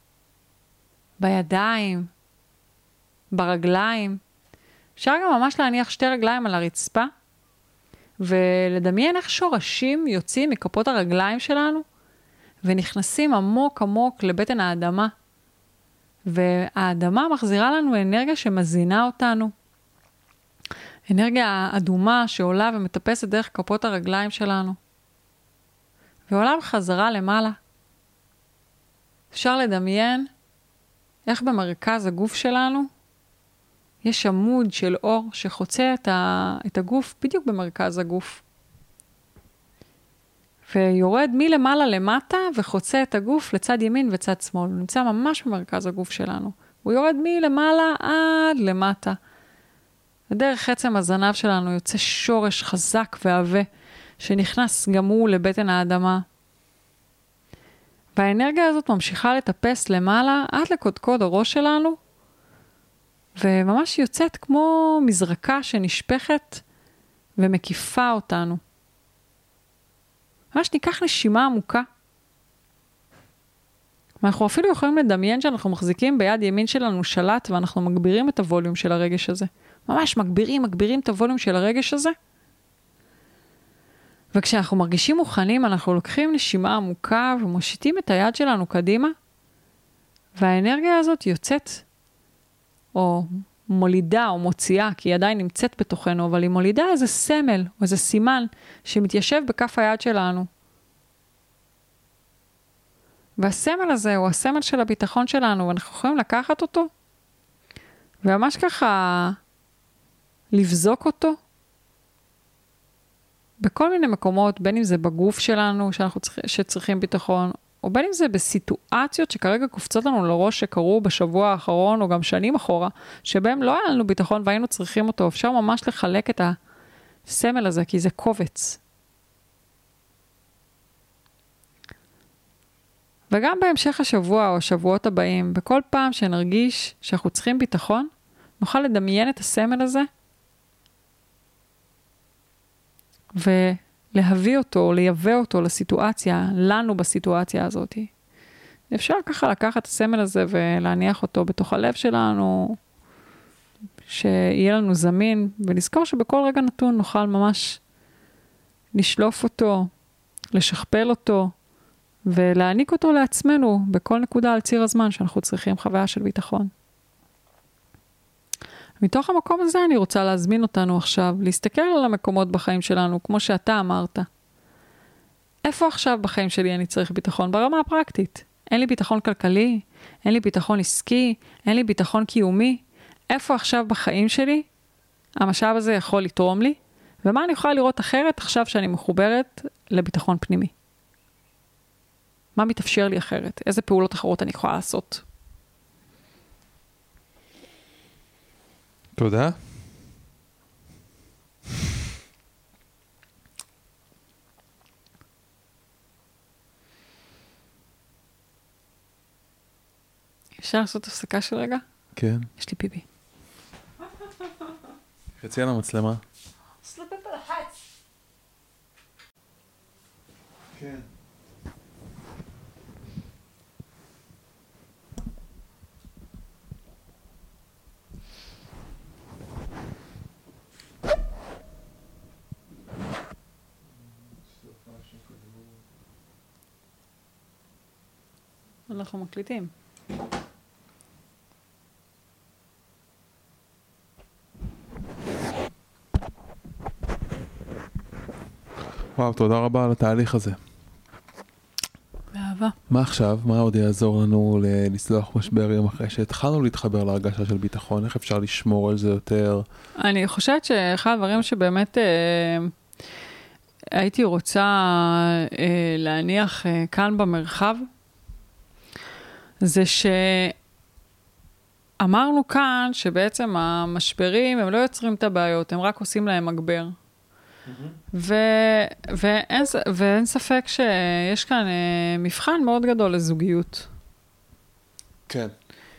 בידיים, ברגליים. אפשר גם ממש להניח שתי רגליים על הרצפה, ולדמיין איך שורשים יוצאים מכפות הרגליים שלנו, ונכנסים עמוק עמוק לבטן האדמה. והאדמה מחזירה לנו אנרגיה שמזינה אותנו. אנרגיה אדומה שעולה ומטפסת דרך כפות הרגליים שלנו. ועולה בחזרה למעלה. אפשר לדמיין איך במרכז הגוף שלנו יש עמוד של אור שחוצה את, ה... את הגוף בדיוק במרכז הגוף. ויורד מלמעלה למטה וחוצה את הגוף לצד ימין וצד שמאל. הוא נמצא ממש במרכז הגוף שלנו. הוא יורד מלמעלה עד למטה. ודרך עצם הזנב שלנו יוצא שורש חזק ועבה, שנכנס גם הוא לבטן האדמה. והאנרגיה הזאת ממשיכה לטפס למעלה עד לקודקוד הראש שלנו, וממש יוצאת כמו מזרקה שנשפכת ומקיפה אותנו. ממש ניקח נשימה עמוקה. ואנחנו אפילו יכולים לדמיין שאנחנו מחזיקים ביד ימין שלנו שלט, ואנחנו מגבירים את הווליום של הרגש הזה. ממש מגבירים, מגבירים את הווליום של הרגש הזה. וכשאנחנו מרגישים מוכנים, אנחנו לוקחים נשימה עמוקה ומושיטים את היד שלנו קדימה, והאנרגיה הזאת יוצאת, או מולידה או מוציאה, כי היא עדיין נמצאת בתוכנו, אבל היא מולידה איזה סמל או איזה סימן שמתיישב בכף היד שלנו. והסמל הזה הוא הסמל של הביטחון שלנו, ואנחנו יכולים לקחת אותו, וממש ככה לבזוק אותו, בכל מיני מקומות, בין אם זה בגוף שלנו שאנחנו צריכים, שצריכים ביטחון, או בין אם זה בסיטואציות שכרגע קופצות לנו לראש שקרו בשבוע האחרון, או גם שנים אחורה, שבהם לא היה לנו ביטחון והיינו צריכים אותו. אפשר ממש לחלק את הסמל הזה, כי זה קובץ. וגם בהמשך השבוע או השבועות הבאים, בכל פעם שנרגיש שאנחנו צריכים ביטחון, נוכל לדמיין את הסמל הזה, ולהביא אותו, לייבא אותו לסיטואציה, לנו בסיטואציה הזאת. אפשר ככה לקחת את הסמל הזה ולהניח אותו בתוך הלב שלנו, שיהיה לנו זמין, ולזכור שבכל רגע נתון נוכל ממש לשלוף אותו, לשכפל אותו, ולהעניק אותו לעצמנו בכל נקודה על ציר הזמן שאנחנו צריכים חוויה של ביטחון. מתוך המקום הזה אני רוצה להזמין אותנו עכשיו, להסתכל על המקומות בחיים שלנו, כמו שאתה אמרת. איפה עכשיו בחיים שלי אני צריך ביטחון? ברמה הפרקטית. אין לי ביטחון כלכלי, אין לי ביטחון עסקי, אין לי ביטחון קיומי. איפה עכשיו בחיים שלי המשאב הזה יכול לתרום לי? ומה אני יכולה לראות אחרת עכשיו שאני מחוברת לביטחון פנימי? מה מתאפשר לי אחרת? איזה פעולות אחרות אני יכולה לעשות? תודה. אפשר לעשות הפסקה של רגע? כן. יש לי פיבי. חצי על המצלמה. כן. אנחנו מקליטים. וואו, תודה רבה על התהליך הזה. באהבה. מה עכשיו? מה עוד יעזור לנו לצלוח משברים אחרי שהתחלנו להתחבר להרגשה של ביטחון? איך אפשר לשמור על זה יותר? אני חושבת שאחד הדברים שבאמת אה, הייתי רוצה אה, להניח אה, כאן במרחב, זה שאמרנו כאן שבעצם המשברים הם לא יוצרים את הבעיות, הם רק עושים להם מגבר. ו... ואין... ואין ספק שיש כאן אה, מבחן מאוד גדול לזוגיות. כן.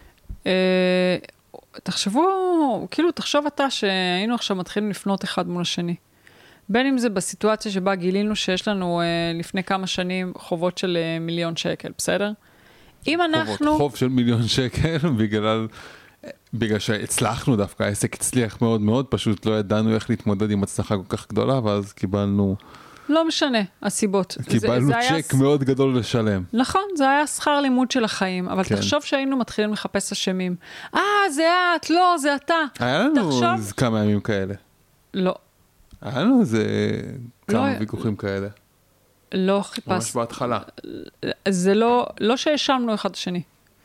אה, תחשבו, כאילו תחשוב אתה שהיינו עכשיו מתחילים לפנות אחד מול השני. בין אם זה בסיטואציה שבה גילינו שיש לנו אה, לפני כמה שנים חובות של אה, מיליון שקל, בסדר? אם אנחנו... חובות, חוב של מיליון שקל בגלל... בגלל שהצלחנו דווקא, העסק הצליח מאוד מאוד, פשוט לא ידענו איך להתמודד עם הצלחה כל כך גדולה, ואז קיבלנו... לא משנה, הסיבות. קיבלנו זה, זה צ'ק היה... מאוד גדול לשלם. נכון, זה היה שכר לימוד של החיים, אבל כן. תחשוב שהיינו מתחילים לחפש אשמים. אה, זה את, לא, זה אתה. היה לנו תחשוב... כמה ימים כאלה. לא. היה לנו איזה כמה לא... ויכוחים כאלה. לא חיפש. ממש בהתחלה. זה לא, לא שהאשמנו אחד השני.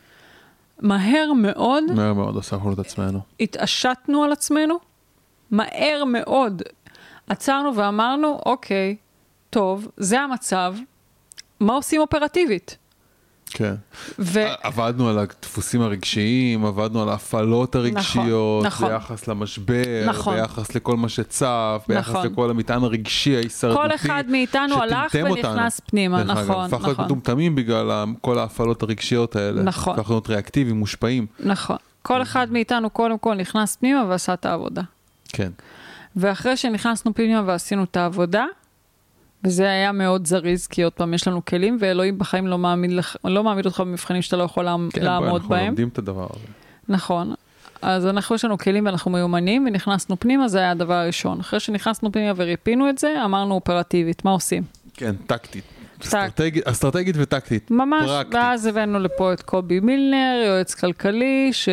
מהר מאוד, מהר מאוד אספנו את עצמנו. התעשתנו על עצמנו, מהר מאוד עצרנו ואמרנו, אוקיי, טוב, זה המצב, מה עושים אופרטיבית? כן. ו... עבדנו על הדפוסים הרגשיים, עבדנו על ההפעלות הרגשיות, נכון, ביחס למשבר, נכון. ביחס לכל מה שצף, ביחס נכון. לכל המטען הרגשי, ההישרדותי. כל אחד מאיתנו הלך ונכנס פנימה, דרך נכון, אגב, הפך להיות נכון. מטומטמים בגלל כל ההפעלות הרגשיות האלה. נכון. הפך להיות ריאקטיביים, מושפעים. נכון. כל אחד מאיתנו קודם כל נכנס פנימה ועשה את העבודה. כן. ואחרי שנכנסנו פנימה ועשינו את העבודה, וזה היה מאוד זריז, כי עוד פעם יש לנו כלים, ואלוהים בחיים לא מעמיד, לך, לא מעמיד אותך במבחנים שאתה לא יכול כן, לעמוד אנחנו בהם. אנחנו לומדים את הדבר הזה. נכון. אז אנחנו יש לנו כלים ואנחנו מיומנים, ונכנסנו פנימה, זה היה הדבר הראשון. אחרי שנכנסנו פנימה וריפינו את זה, אמרנו אופרטיבית, מה עושים? כן, טקטית. אסטרטגית, אסטרטגית וטקטית. ממש, פרקטית. ואז הבאנו לפה את קובי מילנר, יועץ כלכלי, ש...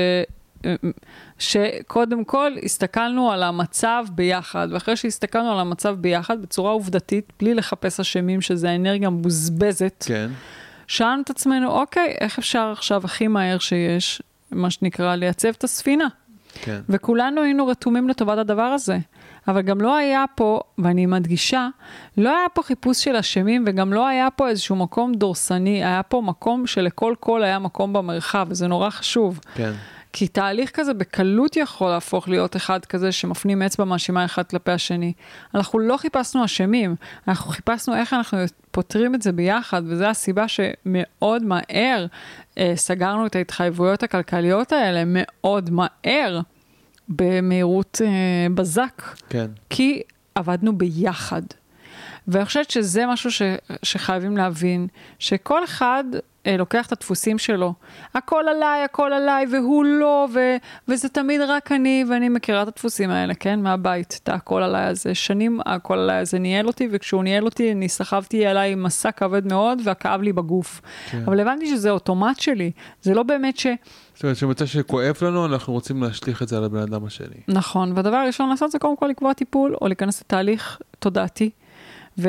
שקודם כל הסתכלנו על המצב ביחד, ואחרי שהסתכלנו על המצב ביחד, בצורה עובדתית, בלי לחפש אשמים, שזה האנרגיה מבוזבזת, כן. שאלנו את עצמנו, אוקיי, איך אפשר עכשיו הכי מהר שיש, מה שנקרא, לייצב את הספינה? כן. וכולנו היינו רתומים לטובת הדבר הזה. אבל גם לא היה פה, ואני מדגישה, לא היה פה חיפוש של אשמים, וגם לא היה פה איזשהו מקום דורסני, היה פה מקום שלכל כל היה מקום במרחב, וזה נורא חשוב. כן. כי תהליך כזה בקלות יכול להפוך להיות אחד כזה שמפנים אצבע מאשימה אחד כלפי השני. אנחנו לא חיפשנו אשמים, אנחנו חיפשנו איך אנחנו פותרים את זה ביחד, וזו הסיבה שמאוד מהר אה, סגרנו את ההתחייבויות הכלכליות האלה, מאוד מהר, במהירות אה, בזק. כן. כי עבדנו ביחד. ואני חושבת שזה משהו ש, שחייבים להבין, שכל אחד אה, לוקח את הדפוסים שלו. הכל עליי, הכל עליי, והוא לא, ו, וזה תמיד רק אני, ואני מכירה את הדפוסים האלה, כן? מהבית, את הכל עליי הזה. שנים הכל עליי הזה ניהל אותי, וכשהוא ניהל אותי, אני סחבתי עליי מסע כבד מאוד, והכאב לי בגוף. כן. אבל הבנתי שזה אוטומט שלי. זה לא באמת ש... זאת אומרת, שמצא שכואב לנו, אנחנו רוצים להשליך את זה על הבן אדם השני. נכון, והדבר הראשון לעשות זה קודם כל לקבוע טיפול, או להיכנס לתהליך תודעתי. ו,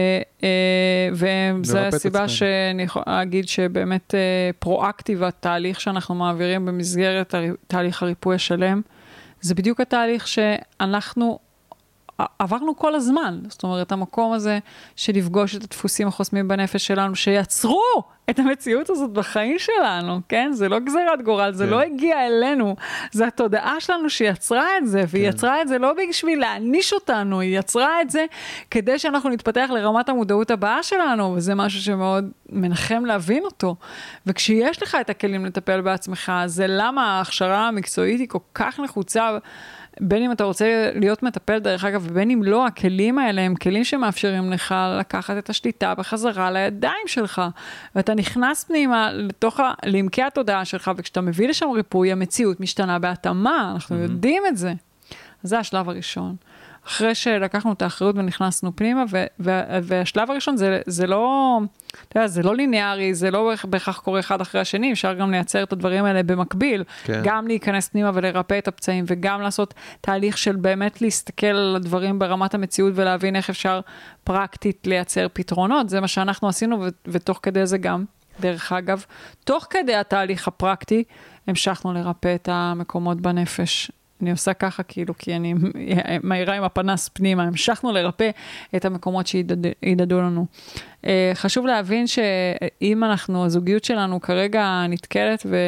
וזה הסיבה שאני יכולה להגיד שבאמת פרואקטיב התהליך שאנחנו מעבירים במסגרת תהליך הריפוי השלם, זה בדיוק התהליך שאנחנו עברנו כל הזמן. זאת אומרת, המקום הזה של לפגוש את הדפוסים החוסמים בנפש שלנו, שיצרו את המציאות הזאת בחיים שלנו, כן? זה לא גזירת גורל, זה כן. לא הגיע אלינו. זה התודעה שלנו שיצרה את זה, והיא כן. יצרה את זה לא בשביל להעניש אותנו, היא יצרה את זה כדי שאנחנו נתפתח לרמת המודעות הבאה שלנו, וזה משהו שמאוד מנחם להבין אותו. וכשיש לך את הכלים לטפל בעצמך, זה למה ההכשרה המקצועית היא כל כך נחוצה בין אם אתה רוצה להיות מטפל דרך אגב, ובין אם לא, הכלים האלה הם כלים שמאפשרים לך לקחת את השליטה בחזרה לידיים שלך, ואתה נכנס פנימה לתוך לעמקי התודעה שלך, וכשאתה מביא לשם ריפוי, המציאות משתנה בהתאמה, אנחנו mm-hmm. יודעים את זה. אז זה השלב הראשון. אחרי שלקחנו את האחריות ונכנסנו פנימה, ו- ו- והשלב הראשון זה, זה לא, אתה יודע, זה לא ליניארי, זה לא בהכרח קורה אחד אחרי השני, אפשר גם לייצר את הדברים האלה במקביל, כן. גם להיכנס פנימה ולרפא את הפצעים, וגם לעשות תהליך של באמת להסתכל על הדברים ברמת המציאות, ולהבין איך אפשר פרקטית לייצר פתרונות, זה מה שאנחנו עשינו, ו- ותוך כדי זה גם, דרך אגב, תוך כדי התהליך הפרקטי, המשכנו לרפא את המקומות בנפש, אני עושה ככה כאילו, כי אני מהירה עם הפנס פנימה, המשכנו לרפא את המקומות שידדו לנו. חשוב להבין שאם אנחנו, הזוגיות שלנו כרגע נתקלת, ו...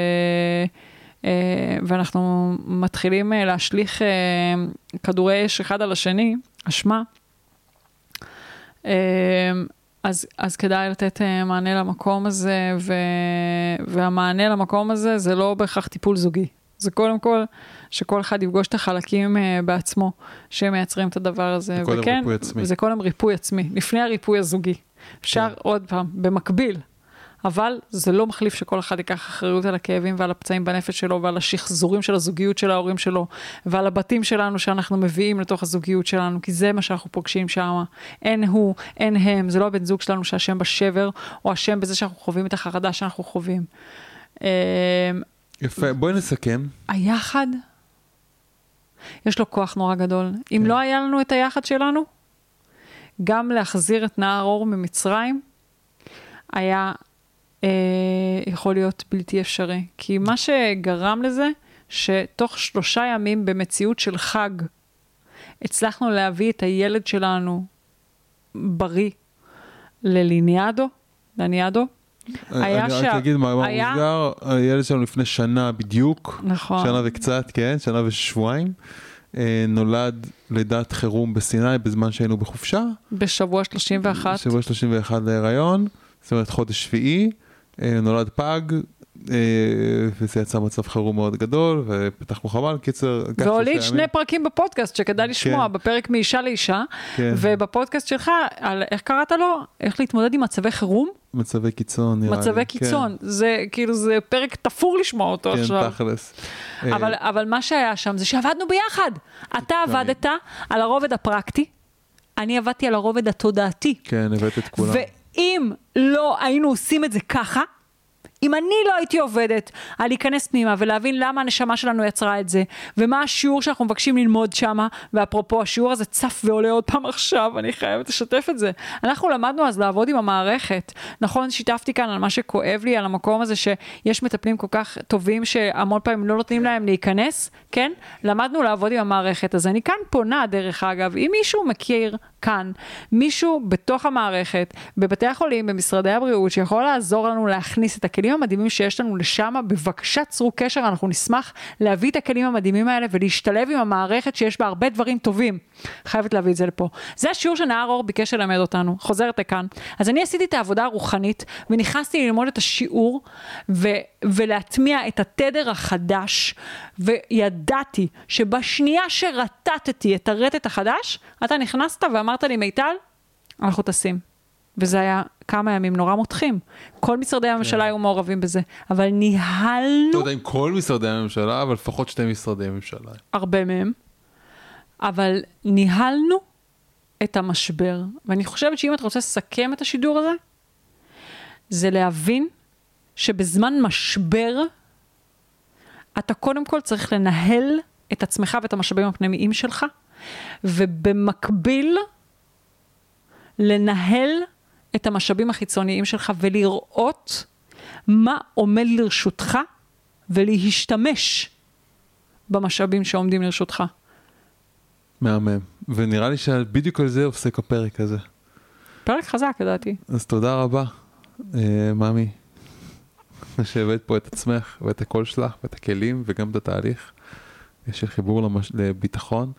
ואנחנו מתחילים להשליך כדורי אש אחד על השני, אשמה, אז, אז כדאי לתת מענה למקום הזה, ו... והמענה למקום הזה זה לא בהכרח טיפול זוגי. זה קודם כל, שכל אחד יפגוש את החלקים uh, בעצמו, שהם מייצרים את הדבר הזה. זה קודם וכן, ריפוי עצמי. זה קודם ריפוי עצמי, לפני הריפוי הזוגי. אפשר כן. עוד פעם, במקביל, אבל זה לא מחליף שכל אחד ייקח אחריות על הכאבים ועל הפצעים בנפש שלו, ועל השחזורים של הזוגיות של ההורים שלו, ועל הבתים שלנו שאנחנו מביאים לתוך הזוגיות שלנו, כי זה מה שאנחנו פוגשים שם. אין הוא, אין הם, זה לא הבן זוג שלנו שהשם בשבר, או השם בזה שאנחנו חווים את החרדה שאנחנו חווים. יפה, בואי נסכם. היחד, יש לו כוח נורא גדול. כן. אם לא היה לנו את היחד שלנו, גם להחזיר את נהר אור ממצרים, היה אה, יכול להיות בלתי אפשרי. כי מה שגרם לזה, שתוך שלושה ימים במציאות של חג, הצלחנו להביא את הילד שלנו בריא לליניאדו, לניאדו, אני רק אגיד מה מוסגר, הילד שלנו לפני שנה בדיוק, נכון. שנה וקצת, כן, שנה ושבועיים, נולד לידת חירום בסיני בזמן שהיינו בחופשה. בשבוע שלושים ואחת. בשבוע שלושים ואחת להיריון, זאת אומרת חודש שביעי, נולד פג, וזה יצא מצב חירום מאוד גדול, ופתחנו חבל, קיצר... והוליד שני פרקים בפודקאסט שכדאי לשמוע, בפרק מאישה לאישה, ובפודקאסט שלך, על איך קראת לו? איך להתמודד עם מצבי חירום? מצבי קיצון, נראה לי. מצבי קיצון, זה כאילו, זה פרק תפור לשמוע אותו עכשיו. כן, תכלס. אבל, אבל מה שהיה שם זה שעבדנו ביחד. אתה עבדת על הרובד הפרקטי, אני עבדתי על הרובד התודעתי. כן, הבאת את כולם. ואם לא היינו עושים את זה ככה, אם אני לא הייתי עובדת על להיכנס פנימה ולהבין למה הנשמה שלנו יצרה את זה, ומה השיעור שאנחנו מבקשים ללמוד שם, ואפרופו השיעור הזה צף ועולה עוד פעם עכשיו, אני חייבת לשתף את זה. אנחנו למדנו אז לעבוד עם המערכת. נכון, שיתפתי כאן על מה שכואב לי, על המקום הזה שיש מטפלים כל כך טובים שהמון פעמים לא נותנים להם להיכנס, כן? למדנו לעבוד עם המערכת. אז אני כאן פונה דרך אגב, אם מישהו מכיר כאן, מישהו בתוך המערכת, בבתי החולים, במשרדי הבריאות, שיכול לעזור לנו להכניס את הכלים המדהימים שיש לנו לשם, בבקשה צרו קשר, אנחנו נשמח להביא את הכלים המדהימים האלה, ולהשתלב עם המערכת שיש בה הרבה דברים טובים. חייבת להביא את זה לפה. זה השיעור שנהר אור ביקש ללמד אותנו, חוזרת לכאן. אז אני עשיתי את העבודה הרוחנית, ונכנסתי ללמוד את השיעור, ו- ולהטמיע את התדר החדש, וידעתי שבשנייה שרטטתי את הרטט החדש, אתה נכנסת ואמרת לי, מיטל, אנחנו טסים. וזה היה כמה ימים נורא מותחים. כל משרדי הממשלה היו מעורבים בזה, אבל ניהלנו... לא יודע אם כל משרדי הממשלה, אבל לפחות שתי משרדי הממשלה. הרבה מהם. אבל ניהלנו את המשבר. ואני חושבת שאם את רוצה לסכם את השידור הזה, זה להבין שבזמן משבר, אתה קודם כל צריך לנהל את עצמך ואת המשאבים הפנימיים שלך, ובמקביל לנהל את המשאבים החיצוניים שלך ולראות מה עומד לרשותך ולהשתמש במשאבים שעומדים לרשותך. מהמם. ונראה לי שבדיוק על זה עוסק הפרק הזה. פרק חזק, לדעתי. אז תודה רבה, מאמי, שהבאת פה את עצמך ואת הקול שלך ואת הכלים וגם את התהליך של חיבור לביטחון.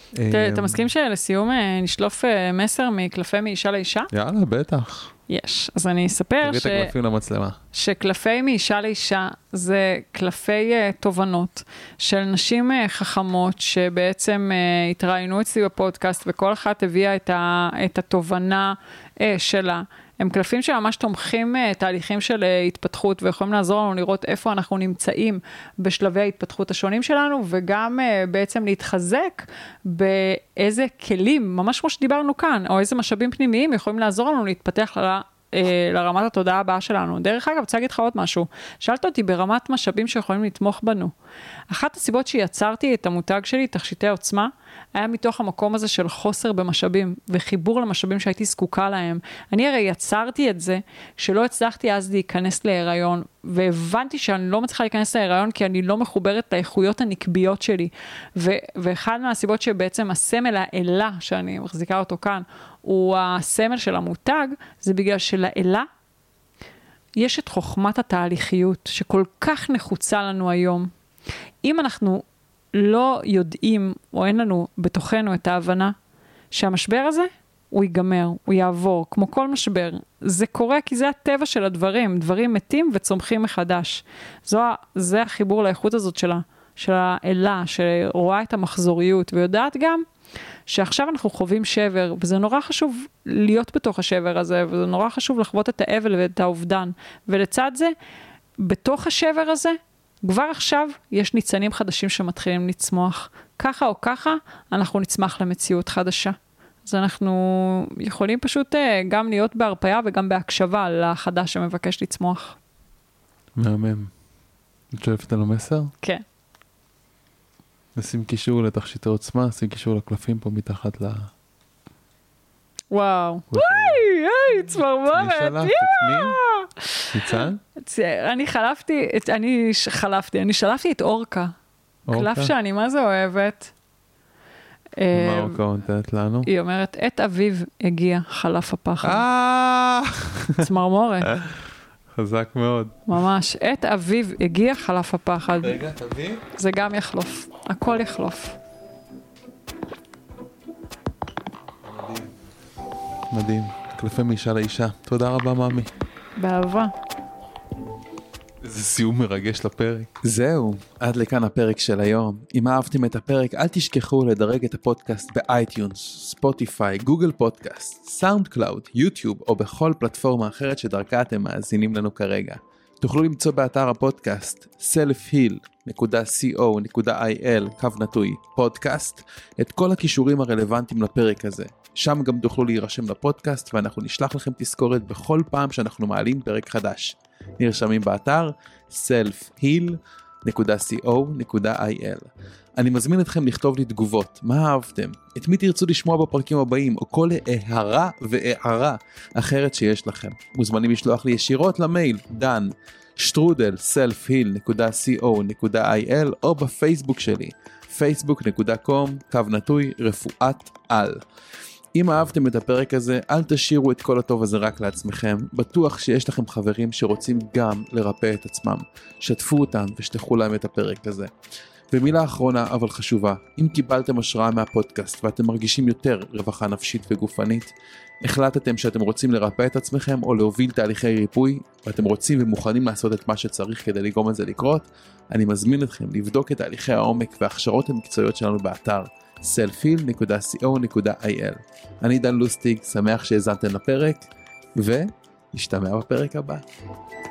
אתה מסכים שלסיום נשלוף מסר מקלפי מאישה לאישה? יאללה, בטח. יש. אז אני אספר ש... תראי את הקלפים למצלמה. שקלפי מאישה לאישה זה קלפי תובנות של נשים חכמות שבעצם התראיינו אצלי בפודקאסט וכל אחת הביאה את, ה... את התובנה שלה. הם קלפים שממש תומכים תהליכים של התפתחות ויכולים לעזור לנו לראות איפה אנחנו נמצאים בשלבי ההתפתחות השונים שלנו וגם בעצם להתחזק באיזה כלים, ממש כמו שדיברנו כאן, או איזה משאבים פנימיים יכולים לעזור לנו להתפתח ל... לרמת התודעה הבאה שלנו. דרך אגב, רוצה להגיד לך עוד משהו. שאלת אותי ברמת משאבים שיכולים לתמוך בנו. אחת הסיבות שיצרתי את המותג שלי, תכשיטי עוצמה, היה מתוך המקום הזה של חוסר במשאבים, וחיבור למשאבים שהייתי זקוקה להם. אני הרי יצרתי את זה, שלא הצלחתי אז להיכנס להיריון, והבנתי שאני לא מצליחה להיכנס להיריון, כי אני לא מחוברת לאיכויות הנקביות שלי. ו- ואחד מהסיבות שבעצם הסמל האלה, שאני מחזיקה אותו כאן, הוא הסמל של המותג, זה בגלל שלאלה יש את חוכמת התהליכיות, שכל כך נחוצה לנו היום. אם אנחנו לא יודעים, או אין לנו בתוכנו את ההבנה, שהמשבר הזה, הוא ייגמר, הוא יעבור, כמו כל משבר. זה קורה כי זה הטבע של הדברים, דברים מתים וצומחים מחדש. זו, זה החיבור לאיכות הזאת שלה, של האלה, שרואה את המחזוריות, ויודעת גם שעכשיו אנחנו חווים שבר, וזה נורא חשוב להיות בתוך השבר הזה, וזה נורא חשוב לחוות את האבל ואת האובדן. ולצד זה, בתוך השבר הזה, כבר עכשיו יש ניצנים חדשים שמתחילים לצמוח. ככה או ככה, אנחנו נצמח למציאות חדשה. אז אנחנו יכולים פשוט גם להיות בהרפאיה וגם בהקשבה לחדש שמבקש לצמוח. מהמם. את שואפת על המסר? כן. נשים קישור לתכשיטי עוצמה, נשים קישור לקלפים פה מתחת ל... וואו. וואי, היי, צמרמורת. מי שלחת? את מי? ניצן? אני חלפתי, אני חלפתי, אני שלפתי את אורקה. קלף שאני מה זה אוהבת. מה אורקה נותנת לנו? היא אומרת, את אביב הגיע חלף הפחד. אה! צמרמורת. חזק מאוד. ממש, את אביב הגיע חלף הפחד. רגע, תביא. זה גם יחלוף, הכל יחלוף. מדהים. מדהים. קלפי מאישה לאישה. תודה רבה, מאמי. באהבה. איזה סיום מרגש לפרק. זהו, עד לכאן הפרק של היום. אם אהבתם את הפרק, אל תשכחו לדרג את הפודקאסט באייטיונס, ספוטיפיי, גוגל פודקאסט, סאונד קלאוד, יוטיוב או בכל פלטפורמה אחרת שדרכה אתם מאזינים לנו כרגע. תוכלו למצוא באתר הפודקאסט סלף היל נקודה קו נקודה איי אל קו נטוי פודקאסט את כל הכישורים הרלוונטיים לפרק הזה. שם גם תוכלו להירשם לפודקאסט ואנחנו נשלח לכם תזכורת בכל פעם שאנחנו מעלים פרק חדש. נרשמים באתר סלף היל נקודה קו נקודה איי אל. אני מזמין אתכם לכתוב לי תגובות, מה אהבתם? את מי תרצו לשמוע בפרקים הבאים, או כל הערה והערה אחרת שיש לכם. מוזמנים לשלוח לי ישירות למייל, דן, שטרודל, סלף היל נקודה קו נקודה איי אל, או בפייסבוק שלי, פייסבוק נקודה קום, קו נטוי, רפואת על. אם אהבתם את הפרק הזה, אל תשאירו את כל הטוב הזה רק לעצמכם. בטוח שיש לכם חברים שרוצים גם לרפא את עצמם. שתפו אותם ושתחו להם את הפרק הזה. ומילה אחרונה אבל חשובה, אם קיבלתם השראה מהפודקאסט ואתם מרגישים יותר רווחה נפשית וגופנית, החלטתם שאתם רוצים לרפא את עצמכם או להוביל תהליכי ריפוי, ואתם רוצים ומוכנים לעשות את מה שצריך כדי לגרום את זה לקרות, אני מזמין אתכם לבדוק את תהליכי העומק וההכשרות המקצועיות שלנו באתר סלף היל נקודה קו נקודה איי אל. אני דן לוסטיג, שמח שהזנתם לפרק, ונשתמע בפרק הבא.